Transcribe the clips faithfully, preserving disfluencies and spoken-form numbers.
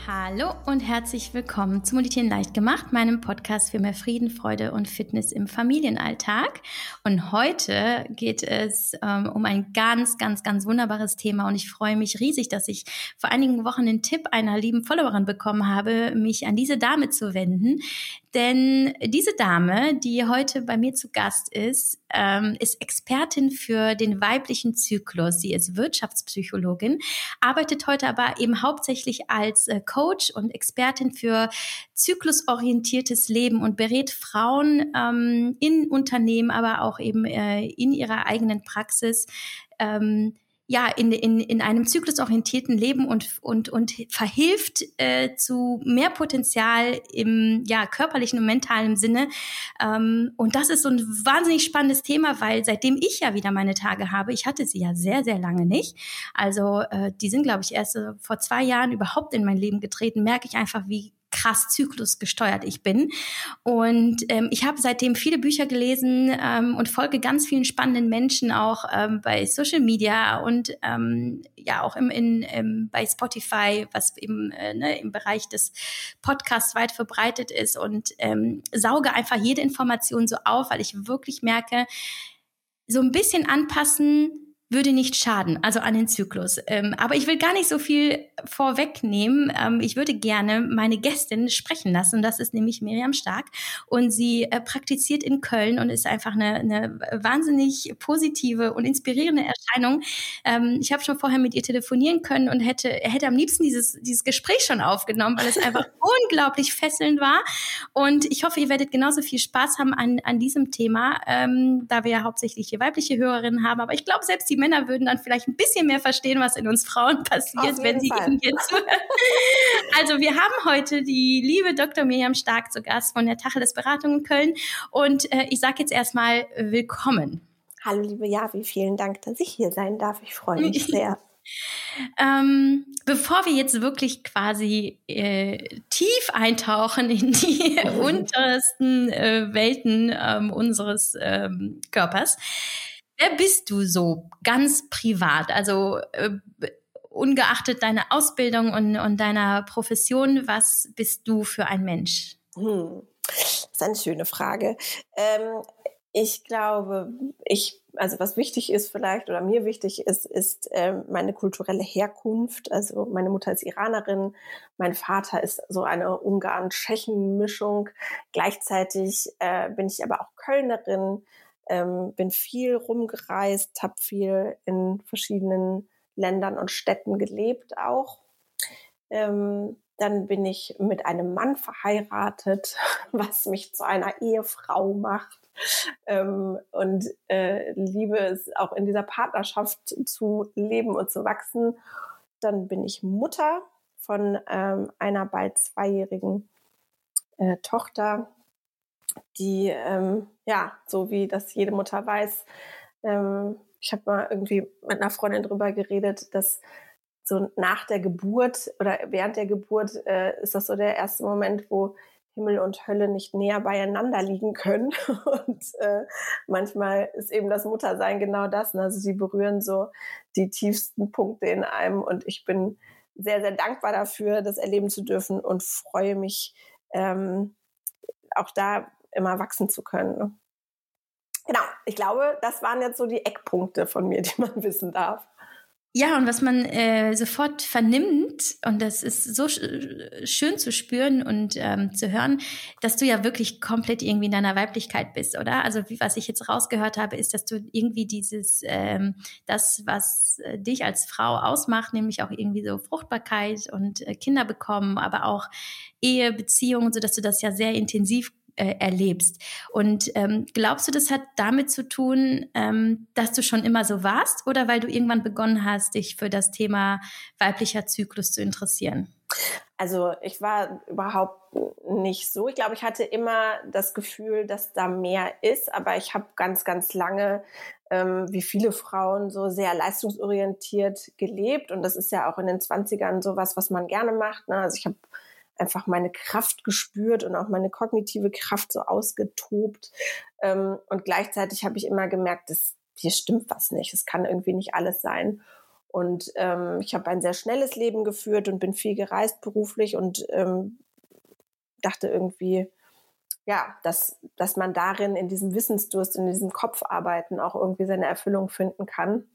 Hallo und herzlich willkommen zu Meditieren leicht gemacht, meinem Podcast für mehr Frieden, Freude und Fitness im Familienalltag. Und heute geht es ähm, um ein ganz, ganz, ganz wunderbares Thema und ich freue mich riesig, dass ich vor einigen Wochen den Tipp einer lieben Followerin bekommen habe, mich an diese Dame zu wenden. Denn diese Dame, die heute bei mir zu Gast ist, ähm, ist Expertin für den weiblichen Zyklus. Sie ist Wirtschaftspsychologin, arbeitet heute aber eben hauptsächlich als äh, Coach und Expertin für zyklusorientiertes Leben und berät Frauen ähm, in Unternehmen, aber auch eben äh, in ihrer eigenen Praxis, ähm, ja, in, in, in einem zyklusorientierten Leben und, und, und verhilft äh, zu mehr Potenzial im ja, körperlichen und mentalen Sinne. Ähm, und das ist so ein wahnsinnig spannendes Thema, weil seitdem ich ja wieder meine Tage habe, ich hatte sie ja sehr, sehr lange nicht. Also äh, die sind, glaube ich, erst äh, vor zwei Jahren überhaupt in mein Leben getreten, merke ich einfach, wie krass zyklusgesteuert ich bin. Und ähm, ich habe seitdem viele Bücher gelesen ähm, und folge ganz vielen spannenden Menschen auch ähm, bei Social Media und ähm, ja auch im, in, im, bei Spotify, was eben äh, ne, im Bereich des Podcasts weit verbreitet ist und ähm, sauge einfach jede Information so auf, weil ich wirklich merke, so ein bisschen anpassen würde nicht schaden, also an den Zyklus. Ähm, aber ich will gar nicht so viel vorwegnehmen. Ähm, ich würde gerne meine Gästin sprechen lassen. Das ist nämlich Miriam Stark. Und sie äh, praktiziert in Köln und ist einfach eine, eine wahnsinnig positive und inspirierende Erscheinung. Ähm, ich habe schon vorher mit ihr telefonieren können und hätte, hätte am liebsten dieses, dieses Gespräch schon aufgenommen, weil es einfach unglaublich fesselnd war. Und ich hoffe, ihr werdet genauso viel Spaß haben an, an diesem Thema, ähm, da wir ja hauptsächlich hier weibliche Hörerinnen haben. Aber ich glaube, selbst die Männer würden dann vielleicht ein bisschen mehr verstehen, was in uns Frauen passiert, wenn sie ihnen hier zuhören. Also wir haben heute die liebe Doktor Miriam Stark zu Gast von der Tacheles Beratung in Köln. Und äh, ich sage jetzt erstmal willkommen. Hallo liebe Javi, vielen Dank, dass ich hier sein darf. Ich freue mich sehr. Ähm, bevor wir jetzt wirklich quasi äh, tief eintauchen in die untersten äh, Welten ähm, unseres ähm, Körpers, wer bist du so ganz privat? Also äh, ungeachtet deiner Ausbildung und, und deiner Profession, was bist du für ein Mensch? Hm. Das ist eine schöne Frage. Ähm, ich glaube, ich, also was wichtig ist vielleicht oder mir wichtig ist, ist ähm, meine kulturelle Herkunft. Also meine Mutter ist Iranerin, mein Vater ist so eine Ungarn-Tschechen-Mischung. Gleichzeitig äh, bin ich aber auch Kölnerin, ähm, bin viel rumgereist, habe viel in verschiedenen Ländern und Städten gelebt auch. Ähm, Dann bin ich mit einem Mann verheiratet, was mich zu einer Ehefrau macht. Ähm, und äh, liebe es auch in dieser Partnerschaft zu leben und zu wachsen. Dann bin ich Mutter von ähm, einer bald zweijährigen äh, Tochter, die, ähm, ja, so wie das jede Mutter weiß, ähm, ich habe mal irgendwie mit einer Freundin drüber geredet, dass so nach der Geburt oder während der Geburt äh, ist das so der erste Moment, wo Himmel und Hölle nicht näher beieinander liegen können. Und äh, manchmal ist eben das Muttersein genau das. Ne? Also sie berühren so die tiefsten Punkte in einem. Und ich bin sehr, sehr dankbar dafür, das erleben zu dürfen und freue mich, ähm, auch da immer wachsen zu können. Ne? Genau, ich glaube, das waren jetzt so die Eckpunkte von mir, die man wissen darf. Ja, und was man äh, sofort vernimmt, und das ist so sch- schön zu spüren und ähm, zu hören, dass du ja wirklich komplett irgendwie in deiner Weiblichkeit bist, oder? Also wie, was ich jetzt rausgehört habe, ist, dass du irgendwie dieses, ähm, das, was äh, dich als Frau ausmacht, nämlich auch irgendwie so Fruchtbarkeit und äh, Kinder bekommen, aber auch Ehe, Beziehungen, so dass du das ja sehr intensiv äh, erlebst. Und ähm, glaubst du, das hat damit zu tun, ähm, dass du schon immer so warst oder weil du irgendwann begonnen hast, dich für das Thema weiblicher Zyklus zu interessieren? Also ich war überhaupt nicht so. Ich glaube, ich hatte immer das Gefühl, dass da mehr ist, aber ich habe ganz, ganz lange, ähm, wie viele Frauen, so sehr leistungsorientiert gelebt. Und das ist ja auch in den zwanzigern sowas, was man gerne macht. Ne? Also ich habe einfach meine Kraft gespürt und auch meine kognitive Kraft so ausgetobt. Ähm, und gleichzeitig habe ich immer gemerkt, dass hier stimmt was nicht. Es kann irgendwie nicht alles sein. Und ähm, ich habe ein sehr schnelles Leben geführt und bin viel gereist beruflich und ähm, dachte irgendwie, ja, dass, dass man darin in diesem Wissensdurst, in diesem Kopfarbeiten auch irgendwie seine Erfüllung finden kann.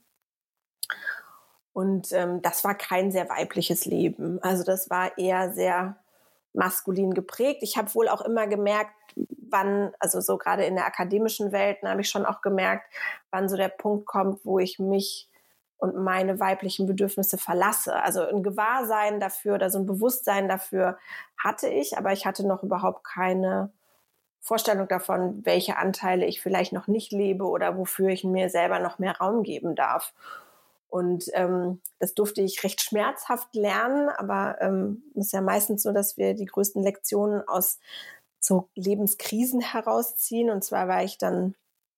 Und ähm, das war kein sehr weibliches Leben. Also das war eher sehr maskulin geprägt. Ich habe wohl auch immer gemerkt, wann, also so gerade in der akademischen Welt, habe ich schon auch gemerkt, wann so der Punkt kommt, wo ich mich und meine weiblichen Bedürfnisse verlasse. Also ein Gewahrsein dafür oder so ein Bewusstsein dafür hatte ich, aber ich hatte noch überhaupt keine Vorstellung davon, welche Anteile ich vielleicht noch nicht lebe oder wofür ich mir selber noch mehr Raum geben darf. Und ähm, das durfte ich recht schmerzhaft lernen, aber ähm, es ist ja meistens so, dass wir die größten Lektionen aus so Lebenskrisen herausziehen. Und zwar war ich dann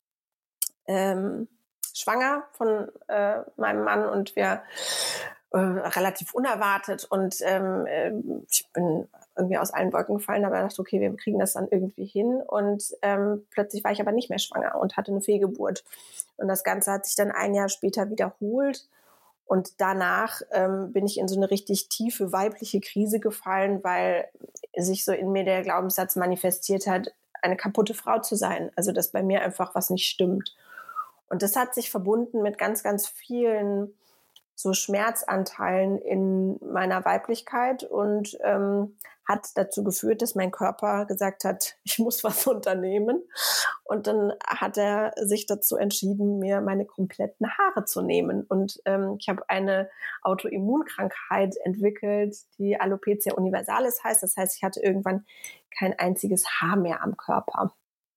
ähm, schwanger von äh, meinem Mann und wir äh, relativ unerwartet und ähm, äh, ich bin irgendwie aus allen Wolken gefallen, aber dachte, okay, wir kriegen das dann irgendwie hin und ähm, plötzlich war ich aber nicht mehr schwanger und hatte eine Fehlgeburt und das Ganze hat sich dann ein Jahr später wiederholt und danach ähm, bin ich in so eine richtig tiefe weibliche Krise gefallen, weil sich so in mir der Glaubenssatz manifestiert hat, eine kaputte Frau zu sein, also dass bei mir einfach was nicht stimmt. Und das hat sich verbunden mit ganz, ganz vielen so Schmerzanteilen in meiner Weiblichkeit und ähm, hat dazu geführt, dass mein Körper gesagt hat, ich muss was unternehmen. Und dann hat er sich dazu entschieden, mir meine kompletten Haare zu nehmen. Und ähm, ich habe eine Autoimmunkrankheit entwickelt, die Alopecia universalis heißt. Das heißt, ich hatte irgendwann kein einziges Haar mehr am Körper.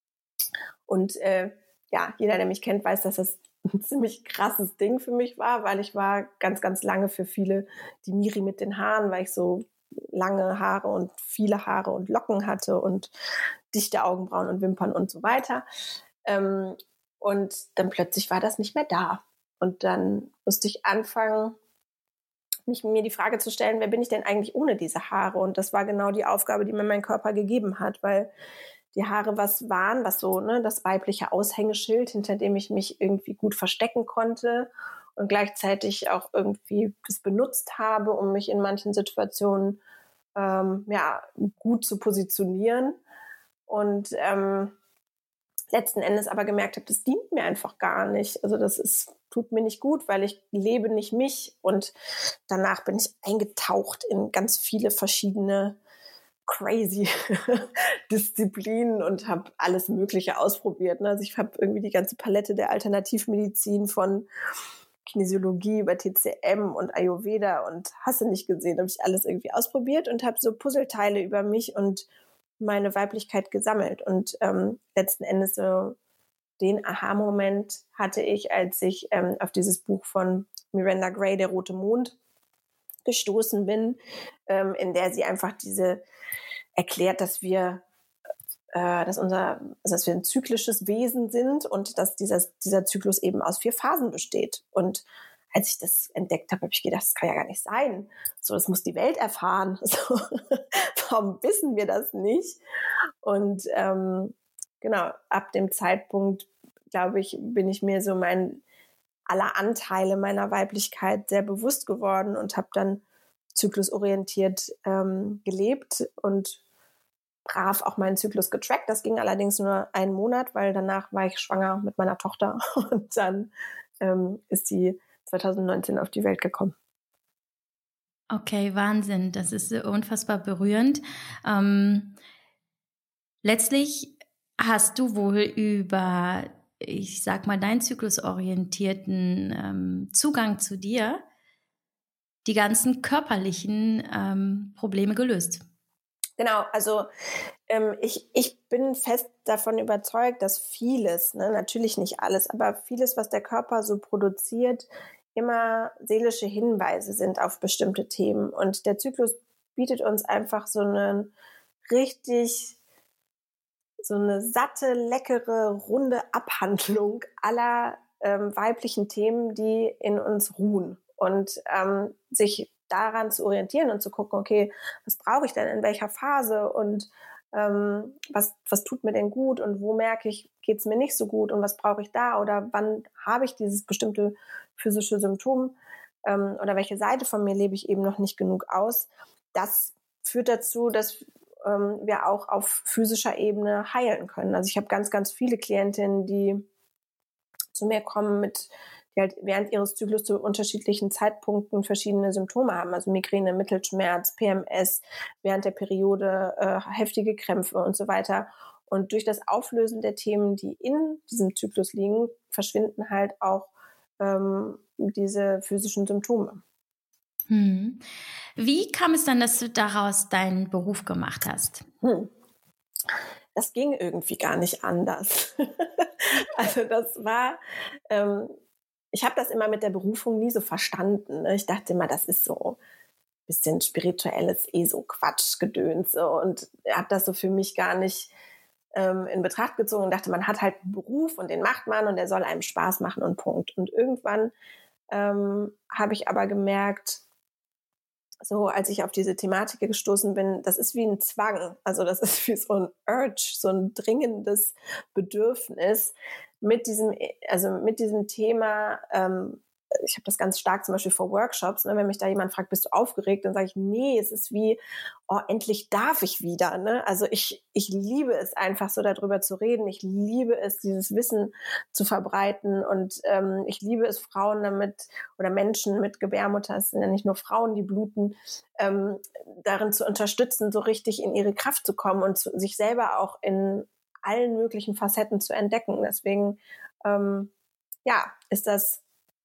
Und äh, ja, jeder, der mich kennt, weiß, dass das ein ziemlich krasses Ding für mich war, weil ich war ganz, ganz lange für viele die Miri mit den Haaren, weil ich so lange Haare und viele Haare und Locken hatte und dichte Augenbrauen und Wimpern und so weiter. Ähm, und dann plötzlich war das nicht mehr da. Und dann musste ich anfangen, mich, mir die Frage zu stellen, wer bin ich denn eigentlich ohne diese Haare? Und das war genau die Aufgabe, die mir mein Körper gegeben hat, weil die Haare was waren, was so, ne, das weibliche Aushängeschild, hinter dem ich mich irgendwie gut verstecken konnte und gleichzeitig auch irgendwie das benutzt habe, um mich in manchen Situationen ähm, ja, gut zu positionieren. Und ähm, letzten Endes aber gemerkt habe, das dient mir einfach gar nicht. Also das ist, tut mir nicht gut, weil ich lebe nicht mich. Und danach bin ich eingetaucht in ganz viele verschiedene crazy Disziplinen und habe alles Mögliche ausprobiert. Also ich habe irgendwie die ganze Palette der Alternativmedizin von Kinesiologie über T C M und Ayurveda und hasse nicht gesehen, habe ich alles irgendwie ausprobiert und habe so Puzzleteile über mich und meine Weiblichkeit gesammelt. Und ähm, letzten Endes so den Aha-Moment hatte ich, als ich ähm, auf dieses Buch von Miranda Gray, Der rote Mond, gestoßen bin, ähm, in der sie einfach diese erklärt, dass wir, äh, dass unser, also dass wir ein zyklisches Wesen sind und dass dieser, dieser Zyklus eben aus vier Phasen besteht. Und als ich das entdeckt habe, habe ich gedacht, das kann ja gar nicht sein. So, das muss die Welt erfahren. So, warum wissen wir das nicht? Und ähm, genau, ab dem Zeitpunkt, glaube ich, bin ich mir so mein aller Anteile meiner Weiblichkeit sehr bewusst geworden und habe dann zyklusorientiert ähm, gelebt und brav auch meinen Zyklus getrackt. Das ging allerdings nur einen Monat, weil danach war ich schwanger mit meiner Tochter und dann ähm, ist sie zwanzig neunzehn auf die Welt gekommen. Okay, Wahnsinn. Das ist unfassbar berührend. Ähm, letztlich hast du wohl über, ich sag mal, deinen zyklusorientierten ähm, Zugang zu dir die ganzen körperlichen ähm, Probleme gelöst. Genau, also ähm, ich, ich bin fest davon überzeugt, dass vieles, ne, natürlich nicht alles, aber vieles, was der Körper so produziert, immer seelische Hinweise sind auf bestimmte Themen. Und der Zyklus bietet uns einfach so einen richtig, so eine satte, leckere, runde Abhandlung aller ähm, weiblichen Themen, die in uns ruhen. Und ähm, sich daran zu orientieren und zu gucken, okay, was brauche ich denn in welcher Phase und ähm, was, was tut mir denn gut und wo merke ich, geht es mir nicht so gut und was brauche ich da oder wann habe ich dieses bestimmte physische Symptom, ähm, oder welche Seite von mir lebe ich eben noch nicht genug aus. Das führt dazu, dass ähm, wir auch auf physischer Ebene heilen können. Also ich habe ganz, ganz viele Klientinnen, die zu mir kommen, mit, die halt während ihres Zyklus zu unterschiedlichen Zeitpunkten verschiedene Symptome haben, also Migräne, Mittelschmerz, P M S, während der Periode äh, heftige Krämpfe und so weiter. Und durch das Auflösen der Themen, die in diesem Zyklus liegen, verschwinden halt auch ähm, diese physischen Symptome. Hm. Wie kam es dann, dass du daraus deinen Beruf gemacht hast? Hm. Das ging irgendwie gar nicht anders. Also das war, ähm, ich habe das immer mit der Berufung nie so verstanden. Ne? Ich dachte immer, das ist so ein bisschen spirituelles, eh so Quatschgedöns. So. Und habe das so für mich gar nicht ähm, in Betracht gezogen und dachte, man hat halt einen Beruf und den macht man und der soll einem Spaß machen und Punkt. Und irgendwann ähm, habe ich aber gemerkt, so als ich auf diese Thematik gestoßen bin, das ist wie ein Zwang. Also das ist wie so ein Urge, so ein dringendes Bedürfnis mit diesem, also mit diesem Thema. Ähm, ich habe das ganz stark zum Beispiel vor Workshops. Ne? Wenn mich da jemand fragt, bist du aufgeregt? Dann sage ich, nee, es ist wie, oh, endlich darf ich wieder. Ne? Also ich, ich liebe es einfach so darüber zu reden. Ich liebe es, dieses Wissen zu verbreiten. Und ähm, ich liebe es, Frauen damit oder Menschen mit Gebärmutter, es sind ja nicht nur Frauen, die bluten, ähm, darin zu unterstützen, so richtig in ihre Kraft zu kommen und zu, sich selber auch in allen möglichen Facetten zu entdecken. Deswegen, ähm, ja, ist das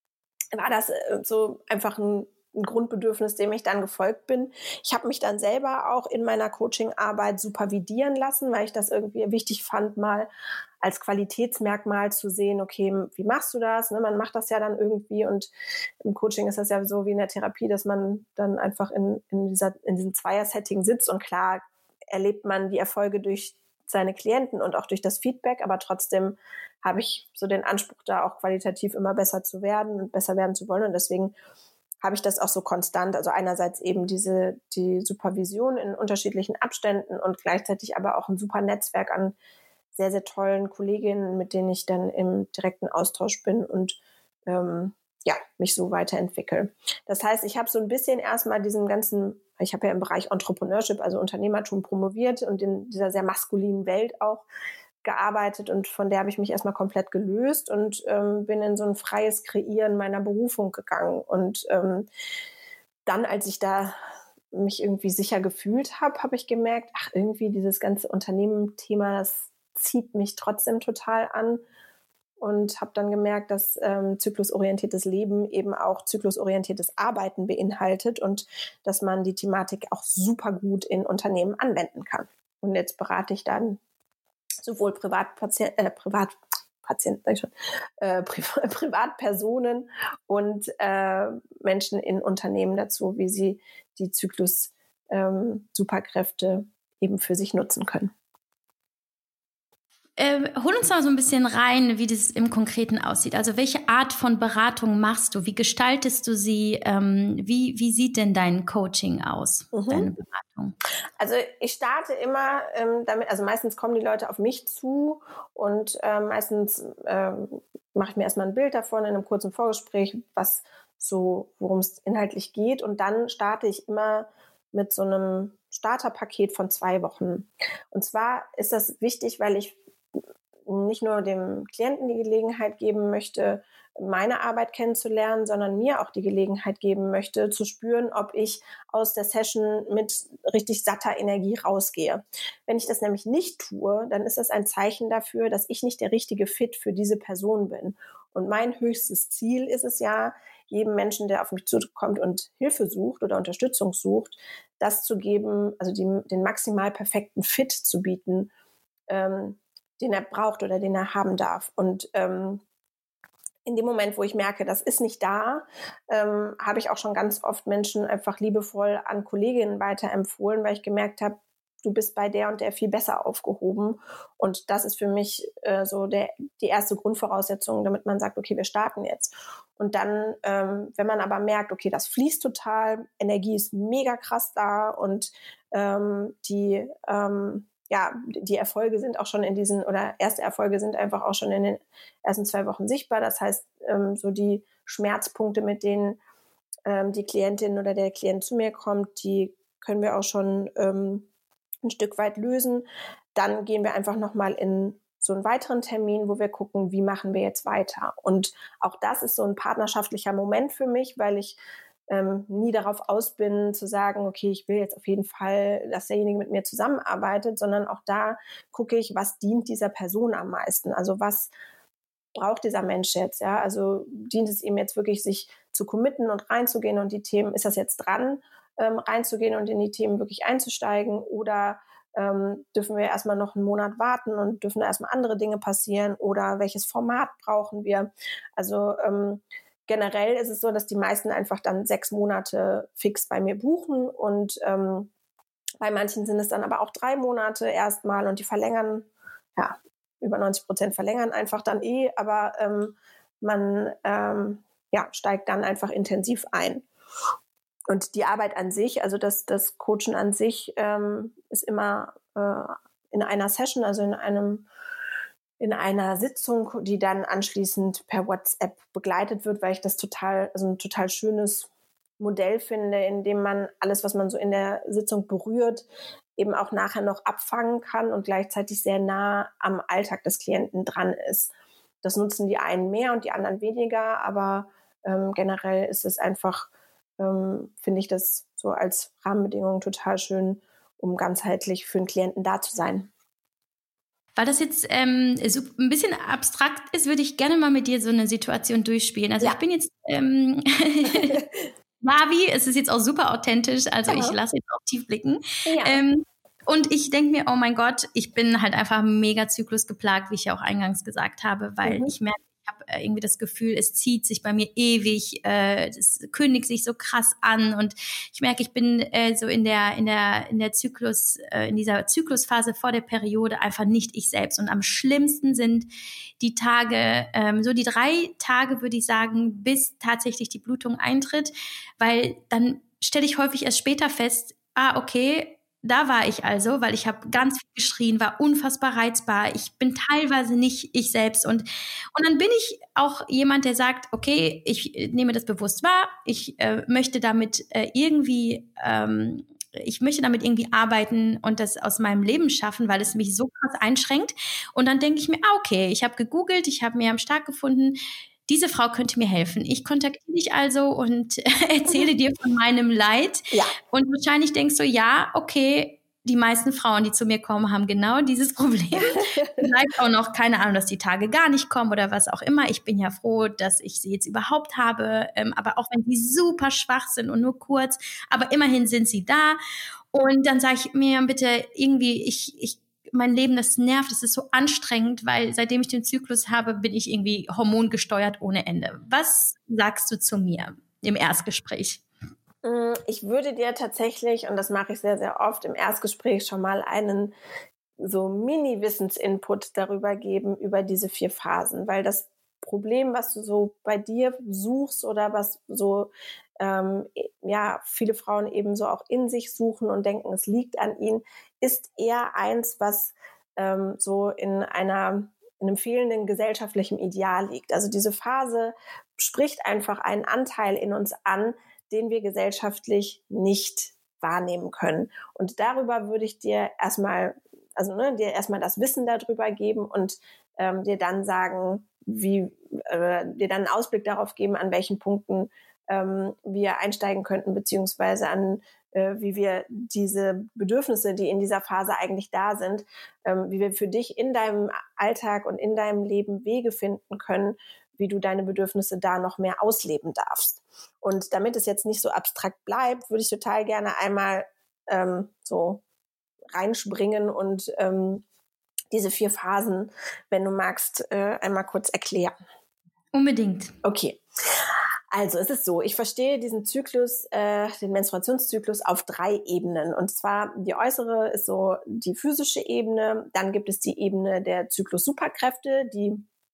war das so einfach ein, ein Grundbedürfnis, dem ich dann gefolgt bin. Ich habe mich dann selber auch in meiner Coaching-Arbeit supervidieren lassen, weil ich das irgendwie wichtig fand, mal als Qualitätsmerkmal zu sehen, okay, wie machst du das? Ne, man macht das ja dann irgendwie und im Coaching ist das ja so wie in der Therapie, dass man dann einfach in, in, dieser, in diesem Zweier-Setting sitzt und klar erlebt man die Erfolge durch seine Klienten und auch durch das Feedback, aber trotzdem habe ich so den Anspruch, da auch qualitativ immer besser zu werden und besser werden zu wollen. Und deswegen habe ich das auch so konstant. Also einerseits eben diese die Supervision in unterschiedlichen Abständen und gleichzeitig aber auch ein super Netzwerk an sehr, sehr tollen Kolleginnen, mit denen ich dann im direkten Austausch bin und ähm, ja, mich so weiterentwickle. Das heißt, ich habe so ein bisschen erstmal diesen ganzen, ich habe ja im Bereich Entrepreneurship, also Unternehmertum promoviert und in dieser sehr maskulinen Welt auch gearbeitet und von der habe ich mich erstmal komplett gelöst und ähm, bin in so ein freies Kreieren meiner Berufung gegangen. Und ähm, dann, als ich da mich irgendwie sicher gefühlt habe, habe ich gemerkt, ach, irgendwie dieses ganze Unternehmen-Thema, das zieht mich trotzdem total an und habe dann gemerkt, dass ähm, zyklusorientiertes Leben eben auch zyklusorientiertes Arbeiten beinhaltet und dass man die Thematik auch super gut in Unternehmen anwenden kann. Und jetzt berate ich dann sowohl Privatpatient, äh, Privatpatienten, sag ich schon, äh, Pri- Privatpersonen und äh, Menschen in Unternehmen dazu, wie sie die Zyklus-Superkräfte ähm, eben für sich nutzen können. Äh, hol uns mal so ein bisschen rein, wie das im Konkreten aussieht. Also welche Art von Beratung machst du? Wie gestaltest du sie? Ähm, wie, wie sieht denn dein Coaching aus, mhm. deine Beratung? Also ich starte immer ähm, damit, also meistens kommen die Leute auf mich zu und äh, meistens ähm, mache ich mir erstmal ein Bild davon in einem kurzen Vorgespräch, was so, worum es inhaltlich geht. Und dann starte ich immer mit so einem Starterpaket von zwei Wochen. Und zwar ist das wichtig, weil ich nicht nur dem Klienten die Gelegenheit geben möchte, meine Arbeit kennenzulernen, sondern mir auch die Gelegenheit geben möchte, zu spüren, ob ich aus der Session mit richtig satter Energie rausgehe. Wenn ich das nämlich nicht tue, dann ist das ein Zeichen dafür, dass ich nicht der richtige Fit für diese Person bin. Und mein höchstes Ziel ist es ja, jedem Menschen, der auf mich zukommt und Hilfe sucht oder Unterstützung sucht, das zu geben, also die, den maximal perfekten Fit zu bieten, ähm, den er braucht oder den er haben darf. Und ähm, in dem Moment, wo ich merke, das ist nicht da, ähm, habe ich auch schon ganz oft Menschen einfach liebevoll an Kolleginnen weiterempfohlen, weil ich gemerkt habe, du bist bei der und der viel besser aufgehoben. Und das ist für mich äh, so der, die erste Grundvoraussetzung, damit man sagt, okay, wir starten jetzt. Und dann, ähm, wenn man aber merkt, okay, das fließt total, Energie ist mega krass da und ähm, die ähm, ja, die Erfolge sind auch schon in diesen, oder erste Erfolge sind einfach auch schon in den ersten zwei Wochen sichtbar. Das heißt, ähm, so die Schmerzpunkte, mit denen ähm, die Klientin oder der Klient zu mir kommt, die können wir auch schon ähm, ein Stück weit lösen. Dann gehen wir einfach nochmal in so einen weiteren Termin, wo wir gucken, wie machen wir jetzt weiter. Und auch das ist so ein partnerschaftlicher Moment für mich, weil ich ähm, nie darauf aus bin, zu sagen, okay, ich will jetzt auf jeden Fall, dass derjenige mit mir zusammenarbeitet, sondern auch da gucke ich, was dient dieser Person am meisten? Also was braucht dieser Mensch jetzt? Ja, also dient es ihm jetzt wirklich, sich zu committen und reinzugehen und die Themen, ist das jetzt dran, ähm, reinzugehen und in die Themen wirklich einzusteigen, oder ähm, dürfen wir erstmal noch einen Monat warten und dürfen da erstmal andere Dinge passieren, oder welches Format brauchen wir? Also ähm, generell ist es so, dass die meisten einfach dann sechs Monate fix bei mir buchen und ähm, bei manchen sind es dann aber auch drei Monate erstmal und die verlängern, ja, über neunzig Prozent verlängern einfach dann eh, aber ähm, man ähm, ja, steigt dann einfach intensiv ein. Und die Arbeit an sich, also das, das Coachen an sich ähm, ist immer äh, in einer Session, also in einem in einer Sitzung, die dann anschließend per WhatsApp begleitet wird, weil ich das total, also ein total schönes Modell finde, in dem man alles, was man so in der Sitzung berührt, eben auch nachher noch abfangen kann und gleichzeitig sehr nah am Alltag des Klienten dran ist. Das nutzen die einen mehr und die anderen weniger, aber ähm, generell ist es einfach, ähm, finde ich das so als Rahmenbedingung total schön, um ganzheitlich für den Klienten da zu sein. Weil das jetzt ähm, so ein bisschen abstrakt ist, würde ich gerne mal mit dir so eine Situation durchspielen. Also ja. ich bin jetzt ähm, Mavi, es ist jetzt auch super authentisch, also ja. ich lasse jetzt auch tief blicken. Ja. Ähm, und ich denke mir, oh mein Gott, ich bin halt einfach mega zyklusgeplagt, wie ich ja auch eingangs gesagt habe, weil mhm. ich merke, ich habe irgendwie das Gefühl, es zieht sich bei mir ewig, äh, es kündigt sich so krass an und ich merke, ich bin äh, so in der in der in der Zyklus äh, in dieser Zyklusphase vor der Periode einfach nicht ich selbst. Und am schlimmsten sind die Tage, ähm, so die drei Tage würde ich sagen, bis tatsächlich die Blutung eintritt, weil dann stelle ich häufig erst später fest, ah okay, da war ich also, weil ich habe ganz viel geschrien, war unfassbar reizbar. Ich bin teilweise nicht ich selbst. Und, und dann bin ich auch jemand, der sagt, okay, ich nehme das bewusst wahr. Ich äh, möchte damit äh, irgendwie, ähm, ich möchte damit irgendwie arbeiten und das aus meinem Leben schaffen, weil es mich so krass einschränkt. Und dann denke ich mir, ah, okay, ich habe gegoogelt, ich habe mir am Start gefunden, diese Frau könnte mir helfen. Ich kontaktiere dich also und erzähle dir von meinem Leid. Ja. Und wahrscheinlich denkst du, ja, okay, die meisten Frauen, die zu mir kommen, haben genau dieses Problem. Vielleicht auch noch, keine Ahnung, dass die Tage gar nicht kommen oder was auch immer. Ich bin ja froh, dass ich sie jetzt überhaupt habe. Ähm, aber auch wenn sie super schwach sind und nur kurz, aber immerhin sind sie da. Und dann sage ich mir bitte irgendwie, ich, ich mein Leben, das nervt, das ist so anstrengend, weil seitdem ich den Zyklus habe, bin ich irgendwie hormongesteuert ohne Ende. Was sagst du zu mir im Erstgespräch? Ich würde dir tatsächlich, und das mache ich sehr, sehr oft, im Erstgespräch schon mal einen so Mini-Wissensinput darüber geben, über diese vier Phasen, weil das Problem, was du so bei dir suchst oder was so ähm, ja viele Frauen eben so auch in sich suchen und denken, es liegt an ihnen, ist eher eins, was ähm, so in einer in einem fehlenden gesellschaftlichen Ideal liegt. Also diese Phase spricht einfach einen Anteil in uns an, den wir gesellschaftlich nicht wahrnehmen können. Und darüber würde ich dir erstmal, also ne, dir erstmal das Wissen darüber geben und ähm, dir dann sagen, wie äh, dir dann einen Ausblick darauf geben, an welchen Punkten ähm, wir einsteigen könnten, beziehungsweise an äh, wie wir diese Bedürfnisse, die in dieser Phase eigentlich da sind, ähm, wie wir für dich in deinem Alltag und in deinem Leben Wege finden können, wie du deine Bedürfnisse da noch mehr ausleben darfst. Und damit es jetzt nicht so abstrakt bleibt, würde ich total gerne einmal ähm, so reinspringen und ähm, diese vier Phasen, wenn du magst, äh, einmal kurz erklären. Unbedingt. Okay. Also es ist so, ich verstehe diesen Zyklus, äh, den Menstruationszyklus auf drei Ebenen. Und zwar die äußere ist so die physische Ebene, dann gibt es die Ebene der Zyklus-Superkräfte, die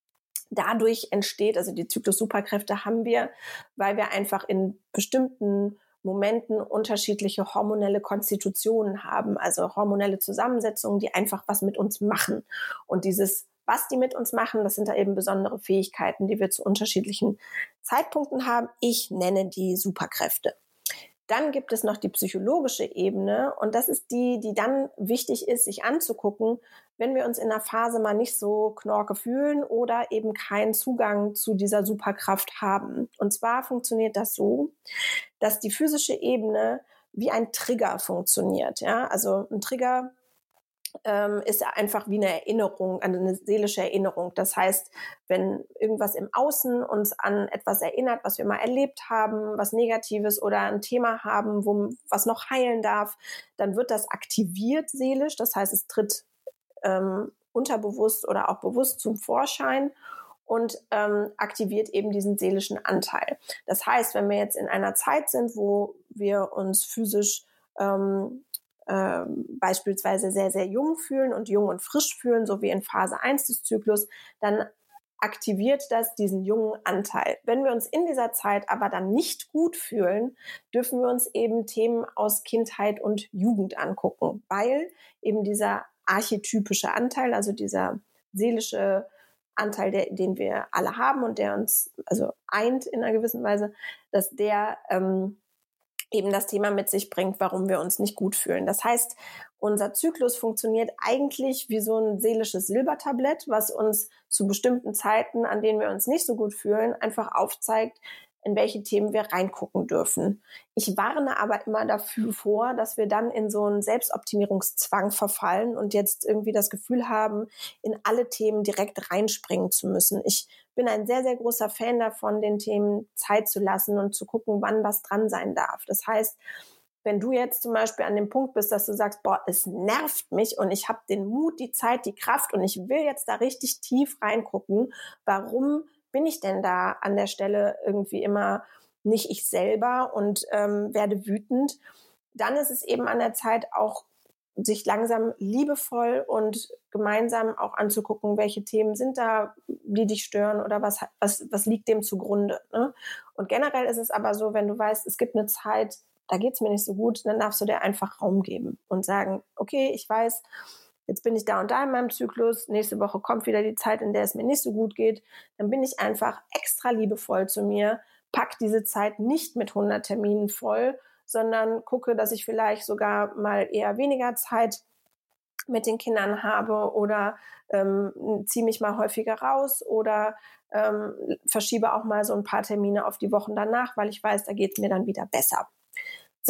dadurch entsteht, also die Zyklus-Superkräfte haben wir, weil wir einfach in bestimmten Momenten unterschiedliche hormonelle Konstitutionen haben, also hormonelle Zusammensetzungen, die einfach was mit uns machen. Und dieses Was die mit uns machen, das sind da eben besondere Fähigkeiten, die wir zu unterschiedlichen Zeitpunkten haben. Ich nenne die Superkräfte. Dann gibt es noch die psychologische Ebene und das ist die, die dann wichtig ist, sich anzugucken, wenn wir uns in einer Phase mal nicht so knorke fühlen oder eben keinen Zugang zu dieser Superkraft haben. Und zwar funktioniert das so, dass die physische Ebene wie ein Trigger funktioniert. Ja? Also ein Trigger ähm, ist einfach wie eine Erinnerung, eine seelische Erinnerung. Das heißt, wenn irgendwas im Außen uns an etwas erinnert, was wir mal erlebt haben, was Negatives oder ein Thema haben, wo was noch heilen darf, dann wird das aktiviert seelisch. Das heißt, es tritt ähm, unterbewusst oder auch bewusst zum Vorschein und ähm, aktiviert eben diesen seelischen Anteil. Das heißt, wenn wir jetzt in einer Zeit sind, wo wir uns physisch ähm, äh, beispielsweise sehr, sehr jung fühlen und jung und frisch fühlen, so wie in Phase eins des Zyklus, dann aktiviert das diesen jungen Anteil. Wenn wir uns in dieser Zeit aber dann nicht gut fühlen, dürfen wir uns eben Themen aus Kindheit und Jugend angucken, weil eben dieser archetypische Anteil, also dieser seelische Anteil, der, den wir alle haben und der uns also eint in einer gewissen Weise, dass der ähm, eben das Thema mit sich bringt, warum wir uns nicht gut fühlen. Das heißt, unser Zyklus funktioniert eigentlich wie so ein seelisches Silbertablett, was uns zu bestimmten Zeiten, an denen wir uns nicht so gut fühlen, einfach aufzeigt, in welche Themen wir reingucken dürfen. Ich warne aber immer dafür vor, dass wir dann in so einen Selbstoptimierungszwang verfallen und jetzt irgendwie das Gefühl haben, in alle Themen direkt reinspringen zu müssen. Ich bin ein sehr, sehr großer Fan davon, den Themen Zeit zu lassen und zu gucken, wann was dran sein darf. Das heißt, wenn du jetzt zum Beispiel an dem Punkt bist, dass du sagst, boah, es nervt mich und ich habe den Mut, die Zeit, die Kraft und ich will jetzt da richtig tief reingucken, warum bin ich denn da an der Stelle irgendwie immer nicht ich selber und ähm, werde wütend, dann ist es eben an der Zeit auch, sich langsam liebevoll und gemeinsam auch anzugucken, welche Themen sind da, die dich stören oder was, was, was liegt dem zugrunde. Ne? Und generell ist es aber so, wenn du weißt, es gibt eine Zeit, da geht's mir nicht so gut, dann darfst du dir einfach Raum geben und sagen, okay, ich weiß, jetzt bin ich da und da in meinem Zyklus, nächste Woche kommt wieder die Zeit, in der es mir nicht so gut geht, dann bin ich einfach extra liebevoll zu mir, pack diese Zeit nicht mit hundert Terminen voll, sondern gucke, dass ich vielleicht sogar mal eher weniger Zeit mit den Kindern habe oder ähm, ziehe mich mal häufiger raus oder ähm, verschiebe auch mal so ein paar Termine auf die Wochen danach, weil ich weiß, da geht es mir dann wieder besser. So,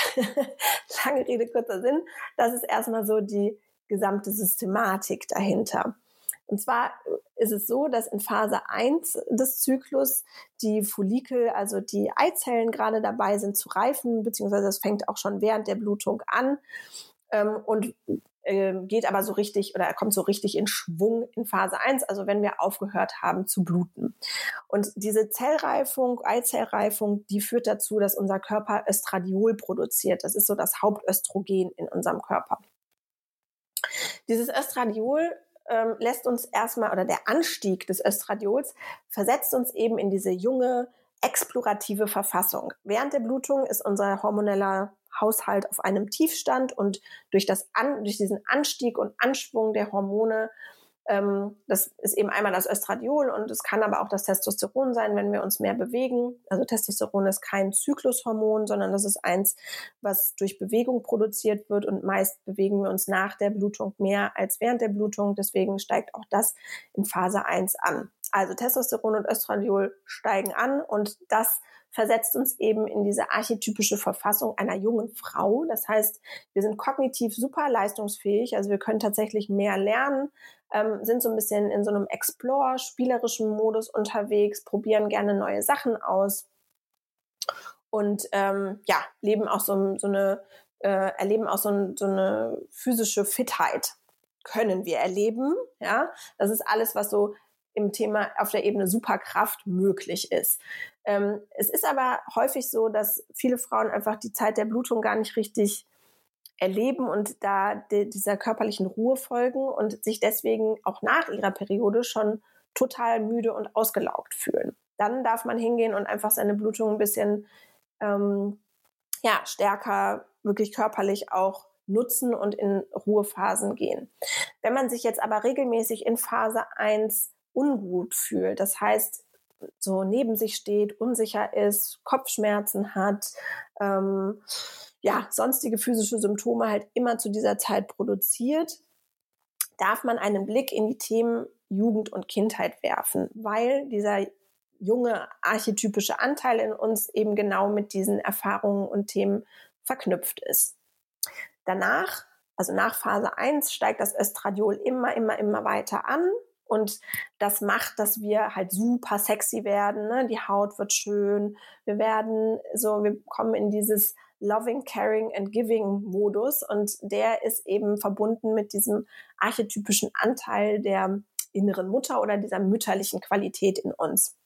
lange Rede, kurzer Sinn. Das ist erstmal so die gesamte Systematik dahinter. Und zwar ist es so, dass in Phase eins des Zyklus die Follikel, also die Eizellen gerade dabei sind zu reifen, beziehungsweise es fängt auch schon während der Blutung an ähm, und äh, geht aber so richtig oder kommt so richtig in Schwung in Phase eins, also wenn wir aufgehört haben zu bluten. Und diese Zellreifung, Eizellreifung, die führt dazu, dass unser Körper Östradiol produziert. Das ist so das Hauptöstrogen in unserem Körper. Dieses Östradiol ähm, lässt uns erstmal, oder der Anstieg des Östradiols versetzt uns eben in diese junge, explorative Verfassung. Während der Blutung ist unser hormoneller Haushalt auf einem Tiefstand und durch, das An, durch diesen Anstieg und Anschwung der Hormone, ähm, das ist eben einmal das Östradiol und es kann aber auch das Testosteron sein, wenn wir uns mehr bewegen. Also Testosteron ist kein Zyklushormon, sondern das ist eins, was durch Bewegung produziert wird und meist bewegen wir uns nach der Blutung mehr als während der Blutung. Deswegen steigt auch das in Phase eins an. Also Testosteron und Östradiol steigen an und das versetzt uns eben in diese archetypische Verfassung einer jungen Frau. Das heißt, wir sind kognitiv super leistungsfähig, also wir können tatsächlich mehr lernen, ähm, sind so ein bisschen in so einem Explore, spielerischen Modus unterwegs, probieren gerne neue Sachen aus und ähm, ja, leben auch so, so eine, äh, erleben auch so, ein, so eine physische Fitheit. Können wir erleben, ja. Das ist alles, was so im Thema auf der Ebene Superkraft möglich ist. Ähm, es ist aber häufig so, dass viele Frauen einfach die Zeit der Blutung gar nicht richtig erleben und da de, dieser körperlichen Ruhe folgen und sich deswegen auch nach ihrer Periode schon total müde und ausgelaugt fühlen. Dann darf man hingehen und einfach seine Blutung ein bisschen ähm, ja, stärker, wirklich körperlich auch nutzen und in Ruhephasen gehen. Wenn man sich jetzt aber regelmäßig in Phase eins ungut fühlt, das heißt, so neben sich steht, unsicher ist, Kopfschmerzen hat, ähm, ja, sonstige physische Symptome halt immer zu dieser Zeit produziert, darf man einen Blick in die Themen Jugend und Kindheit werfen, weil dieser junge archetypische Anteil in uns eben genau mit diesen Erfahrungen und Themen verknüpft ist. Danach, also nach Phase eins, steigt das Östradiol immer, immer, immer weiter an. Und das macht, dass wir halt super sexy werden, ne? Die Haut wird schön, wir werden so, wir kommen in dieses Loving, Caring and Giving Modus und der ist eben verbunden mit diesem archetypischen Anteil der inneren Mutter oder dieser mütterlichen Qualität in uns.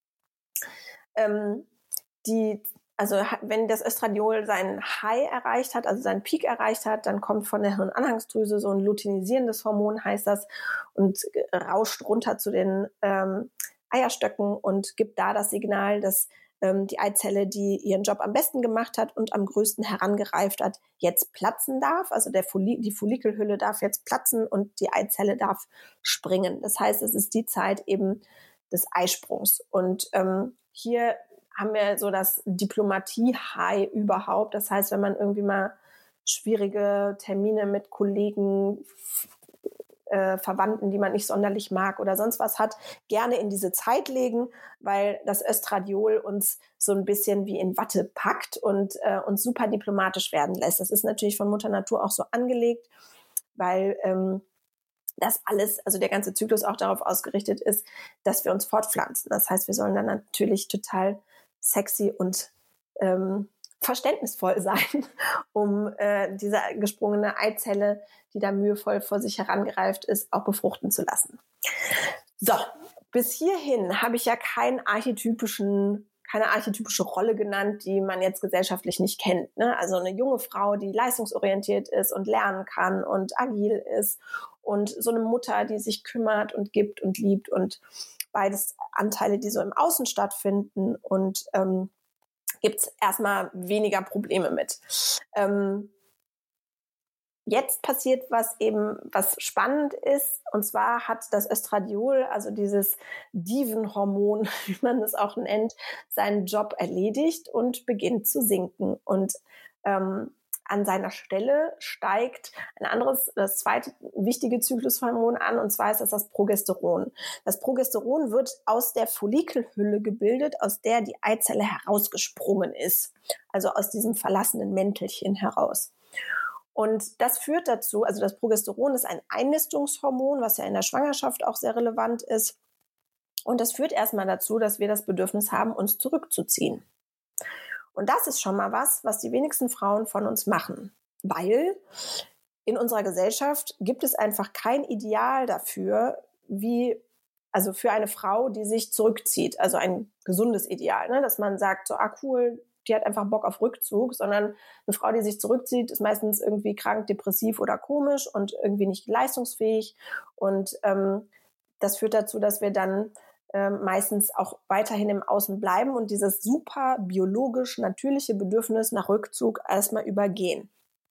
Ähm, die Also wenn das Östradiol seinen High erreicht hat, also seinen Peak erreicht hat, dann kommt von der Hirnanhangsdrüse so ein luteinisierendes Hormon, heißt das, und rauscht runter zu den ähm, Eierstöcken und gibt da das Signal, dass ähm, die Eizelle, die ihren Job am besten gemacht hat und am größten herangereift hat, jetzt platzen darf. Also der Folli- die Follikelhülle darf jetzt platzen und die Eizelle darf springen. Das heißt, es ist die Zeit eben des Eisprungs. Und ähm, hier haben wir so das Diplomatie-High überhaupt. Das heißt, wenn man irgendwie mal schwierige Termine mit Kollegen, äh, Verwandten, die man nicht sonderlich mag oder sonst was hat, gerne in diese Zeit legen, weil das Östradiol uns so ein bisschen wie in Watte packt und äh, uns super diplomatisch werden lässt. Das ist natürlich von Mutter Natur auch so angelegt, weil ähm, das alles, also der ganze Zyklus auch darauf ausgerichtet ist, dass wir uns fortpflanzen. Das heißt, wir sollen dann natürlich total sexy und ähm, verständnisvoll sein, um äh, diese gesprungene Eizelle, die da mühevoll vor sich herangereift ist, auch befruchten zu lassen. So, bis hierhin habe ich ja keinen archetypischen, keine archetypische Rolle genannt, die man jetzt gesellschaftlich nicht kennt, ne? Also eine junge Frau, die leistungsorientiert ist und lernen kann und agil ist und so eine Mutter, die sich kümmert und gibt und liebt und beides Anteile, die so im Außen stattfinden und ähm, gibt es erstmal weniger Probleme mit. Ähm, jetzt passiert was eben, was spannend ist, und zwar hat das Östradiol, also dieses Divenhormon, wie man es auch nennt, seinen Job erledigt und beginnt zu sinken. Und ähm, an seiner Stelle steigt ein anderes, das zweite wichtige Zyklushormon an, und zwar ist das das Progesteron. Das Progesteron wird aus der Follikelhülle gebildet, aus der die Eizelle herausgesprungen ist, also aus diesem verlassenen Mäntelchen heraus. Und das führt dazu, also das Progesteron ist ein Einnistungshormon, was ja in der Schwangerschaft auch sehr relevant ist. Und das führt erstmal dazu, dass wir das Bedürfnis haben, uns zurückzuziehen. Und das ist schon mal was, was die wenigsten Frauen von uns machen, weil in unserer Gesellschaft gibt es einfach kein Ideal dafür, wie, also für eine Frau, die sich zurückzieht, also ein gesundes Ideal, ne? Dass man sagt, so, ah cool, die hat einfach Bock auf Rückzug, sondern eine Frau, die sich zurückzieht, ist meistens irgendwie krank, depressiv oder komisch und irgendwie nicht leistungsfähig. Und ähm, das führt dazu, dass wir dann ähm, meistens auch weiterhin im Außen bleiben und dieses super biologisch natürliche Bedürfnis nach Rückzug erstmal übergehen.